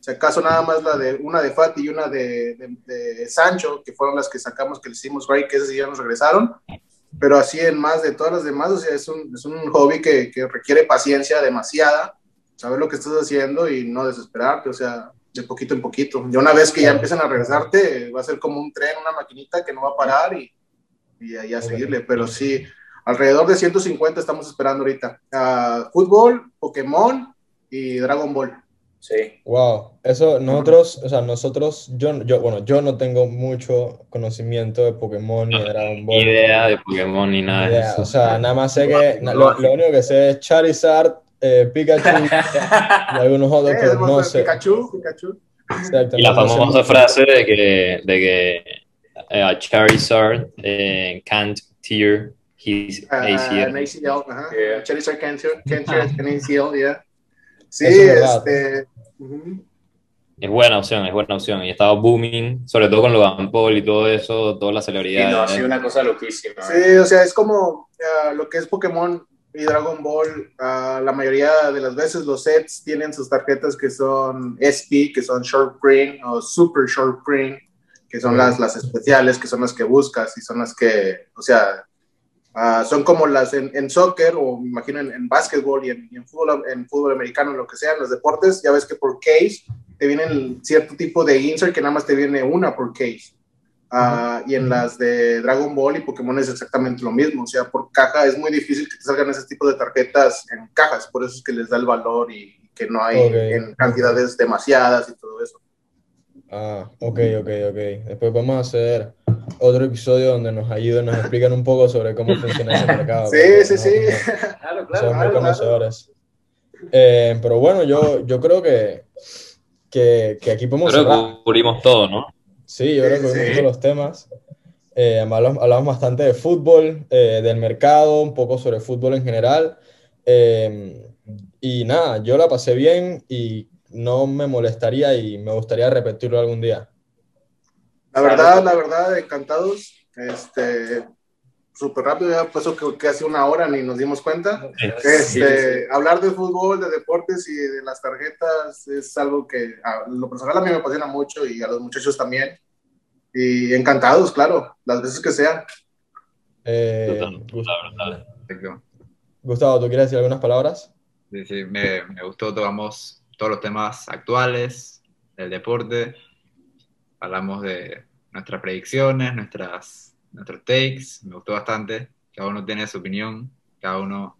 Si acaso nada más la de una de Fati y una de, de, de Sancho, que fueron las que sacamos, que le hicimos break, que esas ya nos regresaron. Pero así en más de todas las demás, o sea, es un, es un hobby que, que requiere paciencia demasiada, saber lo que estás haciendo y no desesperarte, o sea, de poquito en poquito. Y una vez que ya empiezan a regresarte, va a ser como un tren, una maquinita que no va a parar y, y ahí a seguirle. Pero sí, alrededor de ciento cincuenta estamos esperando ahorita. Uh, fútbol, Pokémon y Dragon Ball. Sí. Wow, eso nosotros, o sea, nosotros, yo, yo, bueno, yo no tengo mucho conocimiento de Pokémon ni de Dragon Ball. Ni idea de Pokémon ni nada de Idea, eso. o sea, nada más sé que, na- lo, lo único que sé es Charizard, eh, Pikachu y algunos otros, Eh, pero hemos no de sé. Pikachu, Pikachu. Exacto, Y la no- no sé famosa mucho. frase de que, de que eh, Charizard eh, can't tear his Uh, A C L. an A C L, ajá. Yeah. Charizard can't tear can't tear an A C L, yeah. Sí, Eso es verdad. este... uh-huh. Es buena opción, es buena opción. Y estaba booming, sobre todo con Logan Paul y todo eso, todas las Y no, ha celebridades. sido una cosa loquísima. Sí, o sea, es como uh, lo que es Pokémon y Dragon Ball. Uh, la mayoría de las veces los sets tienen sus tarjetas que son S P, que son Short Print o Super Short Print, que son Sí. las, las especiales, que son las que buscas y son las que, o sea, uh, son como las en, en soccer o me imagino en, en básquetbol y en, y en, fútbol, en fútbol americano, lo que sea, en los deportes, ya ves que por case te vienen cierto tipo de insert que nada más te viene una por case. Uh, y en las de Dragon Ball y Pokémon es exactamente lo mismo, o sea, por caja es muy difícil que te salgan ese tipo de tarjetas en cajas, por eso es que les da el valor y que no hay Ok. en cantidades demasiadas y todo eso. Ah, ok, ok, ok. Después vamos a hacer otro episodio donde nos ayuden, nos explican un poco sobre cómo funciona ese mercado. Sí, porque sí, sí. nosotros Claro, no claro. somos muy claro, conocedores. Eh, pero bueno, yo, yo creo que, que, que aquí podemos Creo cerrar. que cubrimos todo, ¿no? Sí, yo Sí, creo que sí, vimos sí. todos los temas. Eh, hablamos, hablamos bastante de fútbol, eh, del mercado, un poco sobre fútbol en general. Eh, y nada, yo la pasé bien y no me molestaría y me gustaría repetirlo algún día. La verdad, la verdad, encantados. Este, súper rápido, ya pasó que casi una hora ni nos dimos cuenta. Este, Sí, sí, sí. Hablar de fútbol, de deportes y de las tarjetas es algo que a lo personal a mí me apasiona mucho y a los muchachos también. Y encantados, claro, las veces que sean. Eh, Brutal, Gus- brutal. Perfecto. Gustavo, ¿tú quieres decir algunas palabras? Sí, sí, me, me gustó, tocamos todos los temas actuales del deporte, hablamos de nuestras predicciones, nuestras, nuestros takes, me gustó bastante, cada uno tiene su opinión, cada uno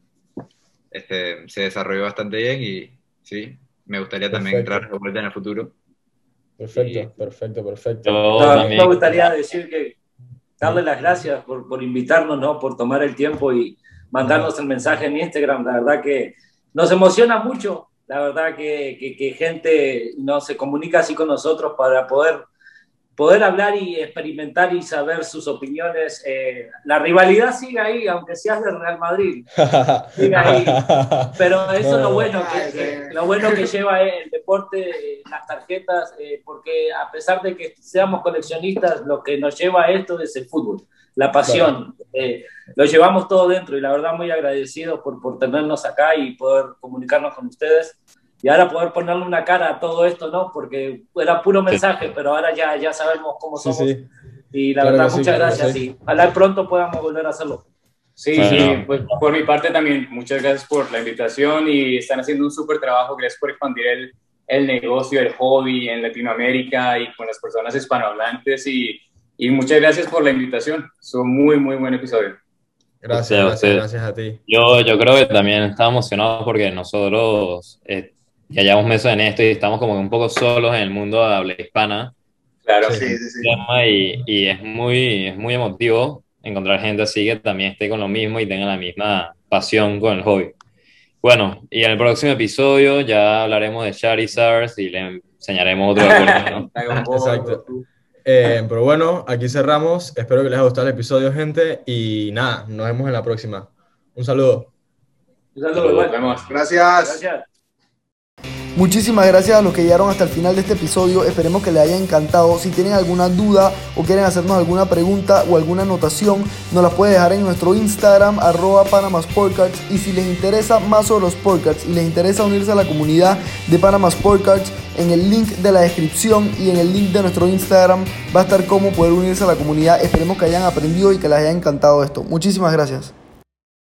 este, se desarrolló bastante bien y sí, me gustaría también Perfecto. entrar de vuelta en el futuro. Perfecto, Y- perfecto, perfecto. Yo No, a mí me también. gustaría decir que darle las gracias por, por invitarnos, ¿no? Por tomar el tiempo y mandarnos el mensaje en Instagram. La verdad que nos emociona mucho, la verdad que, que, que gente no se comunica así con nosotros para poder, poder hablar y experimentar y saber sus opiniones. Eh, la rivalidad sigue ahí, aunque seas del Real Madrid. Sigue ahí. Pero eso No, es lo no. bueno, que, Ay, que- sí. lo bueno que lleva el deporte, eh, las tarjetas, eh, porque a pesar de que seamos coleccionistas, lo que nos lleva a esto es el fútbol, la pasión. Eh, lo llevamos todo dentro y la verdad muy agradecidos por, por tenernos acá y poder comunicarnos con ustedes. Y ahora poder ponerle una cara a todo esto, ¿no? Porque era puro mensaje, pero ahora ya, ya sabemos cómo Sí, somos. sí. Y la Claro verdad, que sí, muchas claro que gracias. sí. Y ojalá pronto podamos volver a hacerlo. Sí, Bueno. sí, pues por mi parte también, muchas gracias por la invitación y están haciendo un súper trabajo, gracias por expandir el, el negocio, el hobby en Latinoamérica y con las personas hispanohablantes y, y muchas gracias por la invitación, es un muy, muy buen episodio. Gracias, Usted, gracias, usted. gracias a ti. Yo, yo creo que también estaba emocionado porque nosotros eh, ya llevamos meses en esto y estamos como un poco solos en el mundo de habla hispana. Claro, Sí. Sí, sí, sí. Tema Y, y es muy, es muy emotivo encontrar gente así que también esté con lo mismo y tenga la misma pasión con el hobby. Bueno, y en el próximo episodio ya hablaremos de Charizard y le enseñaremos otro deporte, ¿no? Dragon Ball, Exacto. Goku. Eh, pero bueno, aquí cerramos. Espero que les haya gustado el episodio, gente. Y nada, nos vemos en la próxima. Un saludo. Un saludo, Saludos. igual. Nos vemos. Gracias. Gracias. Muchísimas gracias a los que llegaron hasta el final de este episodio, esperemos que les haya encantado. Si tienen alguna duda o quieren hacernos alguna pregunta o alguna anotación, nos la pueden dejar en nuestro Instagram, arroba Panama Sport Cards. Y si les interesa más sobre los Sport Cards y les interesa unirse a la comunidad de Panama Sport Cards, en el link de la descripción y en el link de nuestro Instagram va a estar cómo poder unirse a la comunidad. Esperemos que hayan aprendido y que les haya encantado esto. Muchísimas gracias.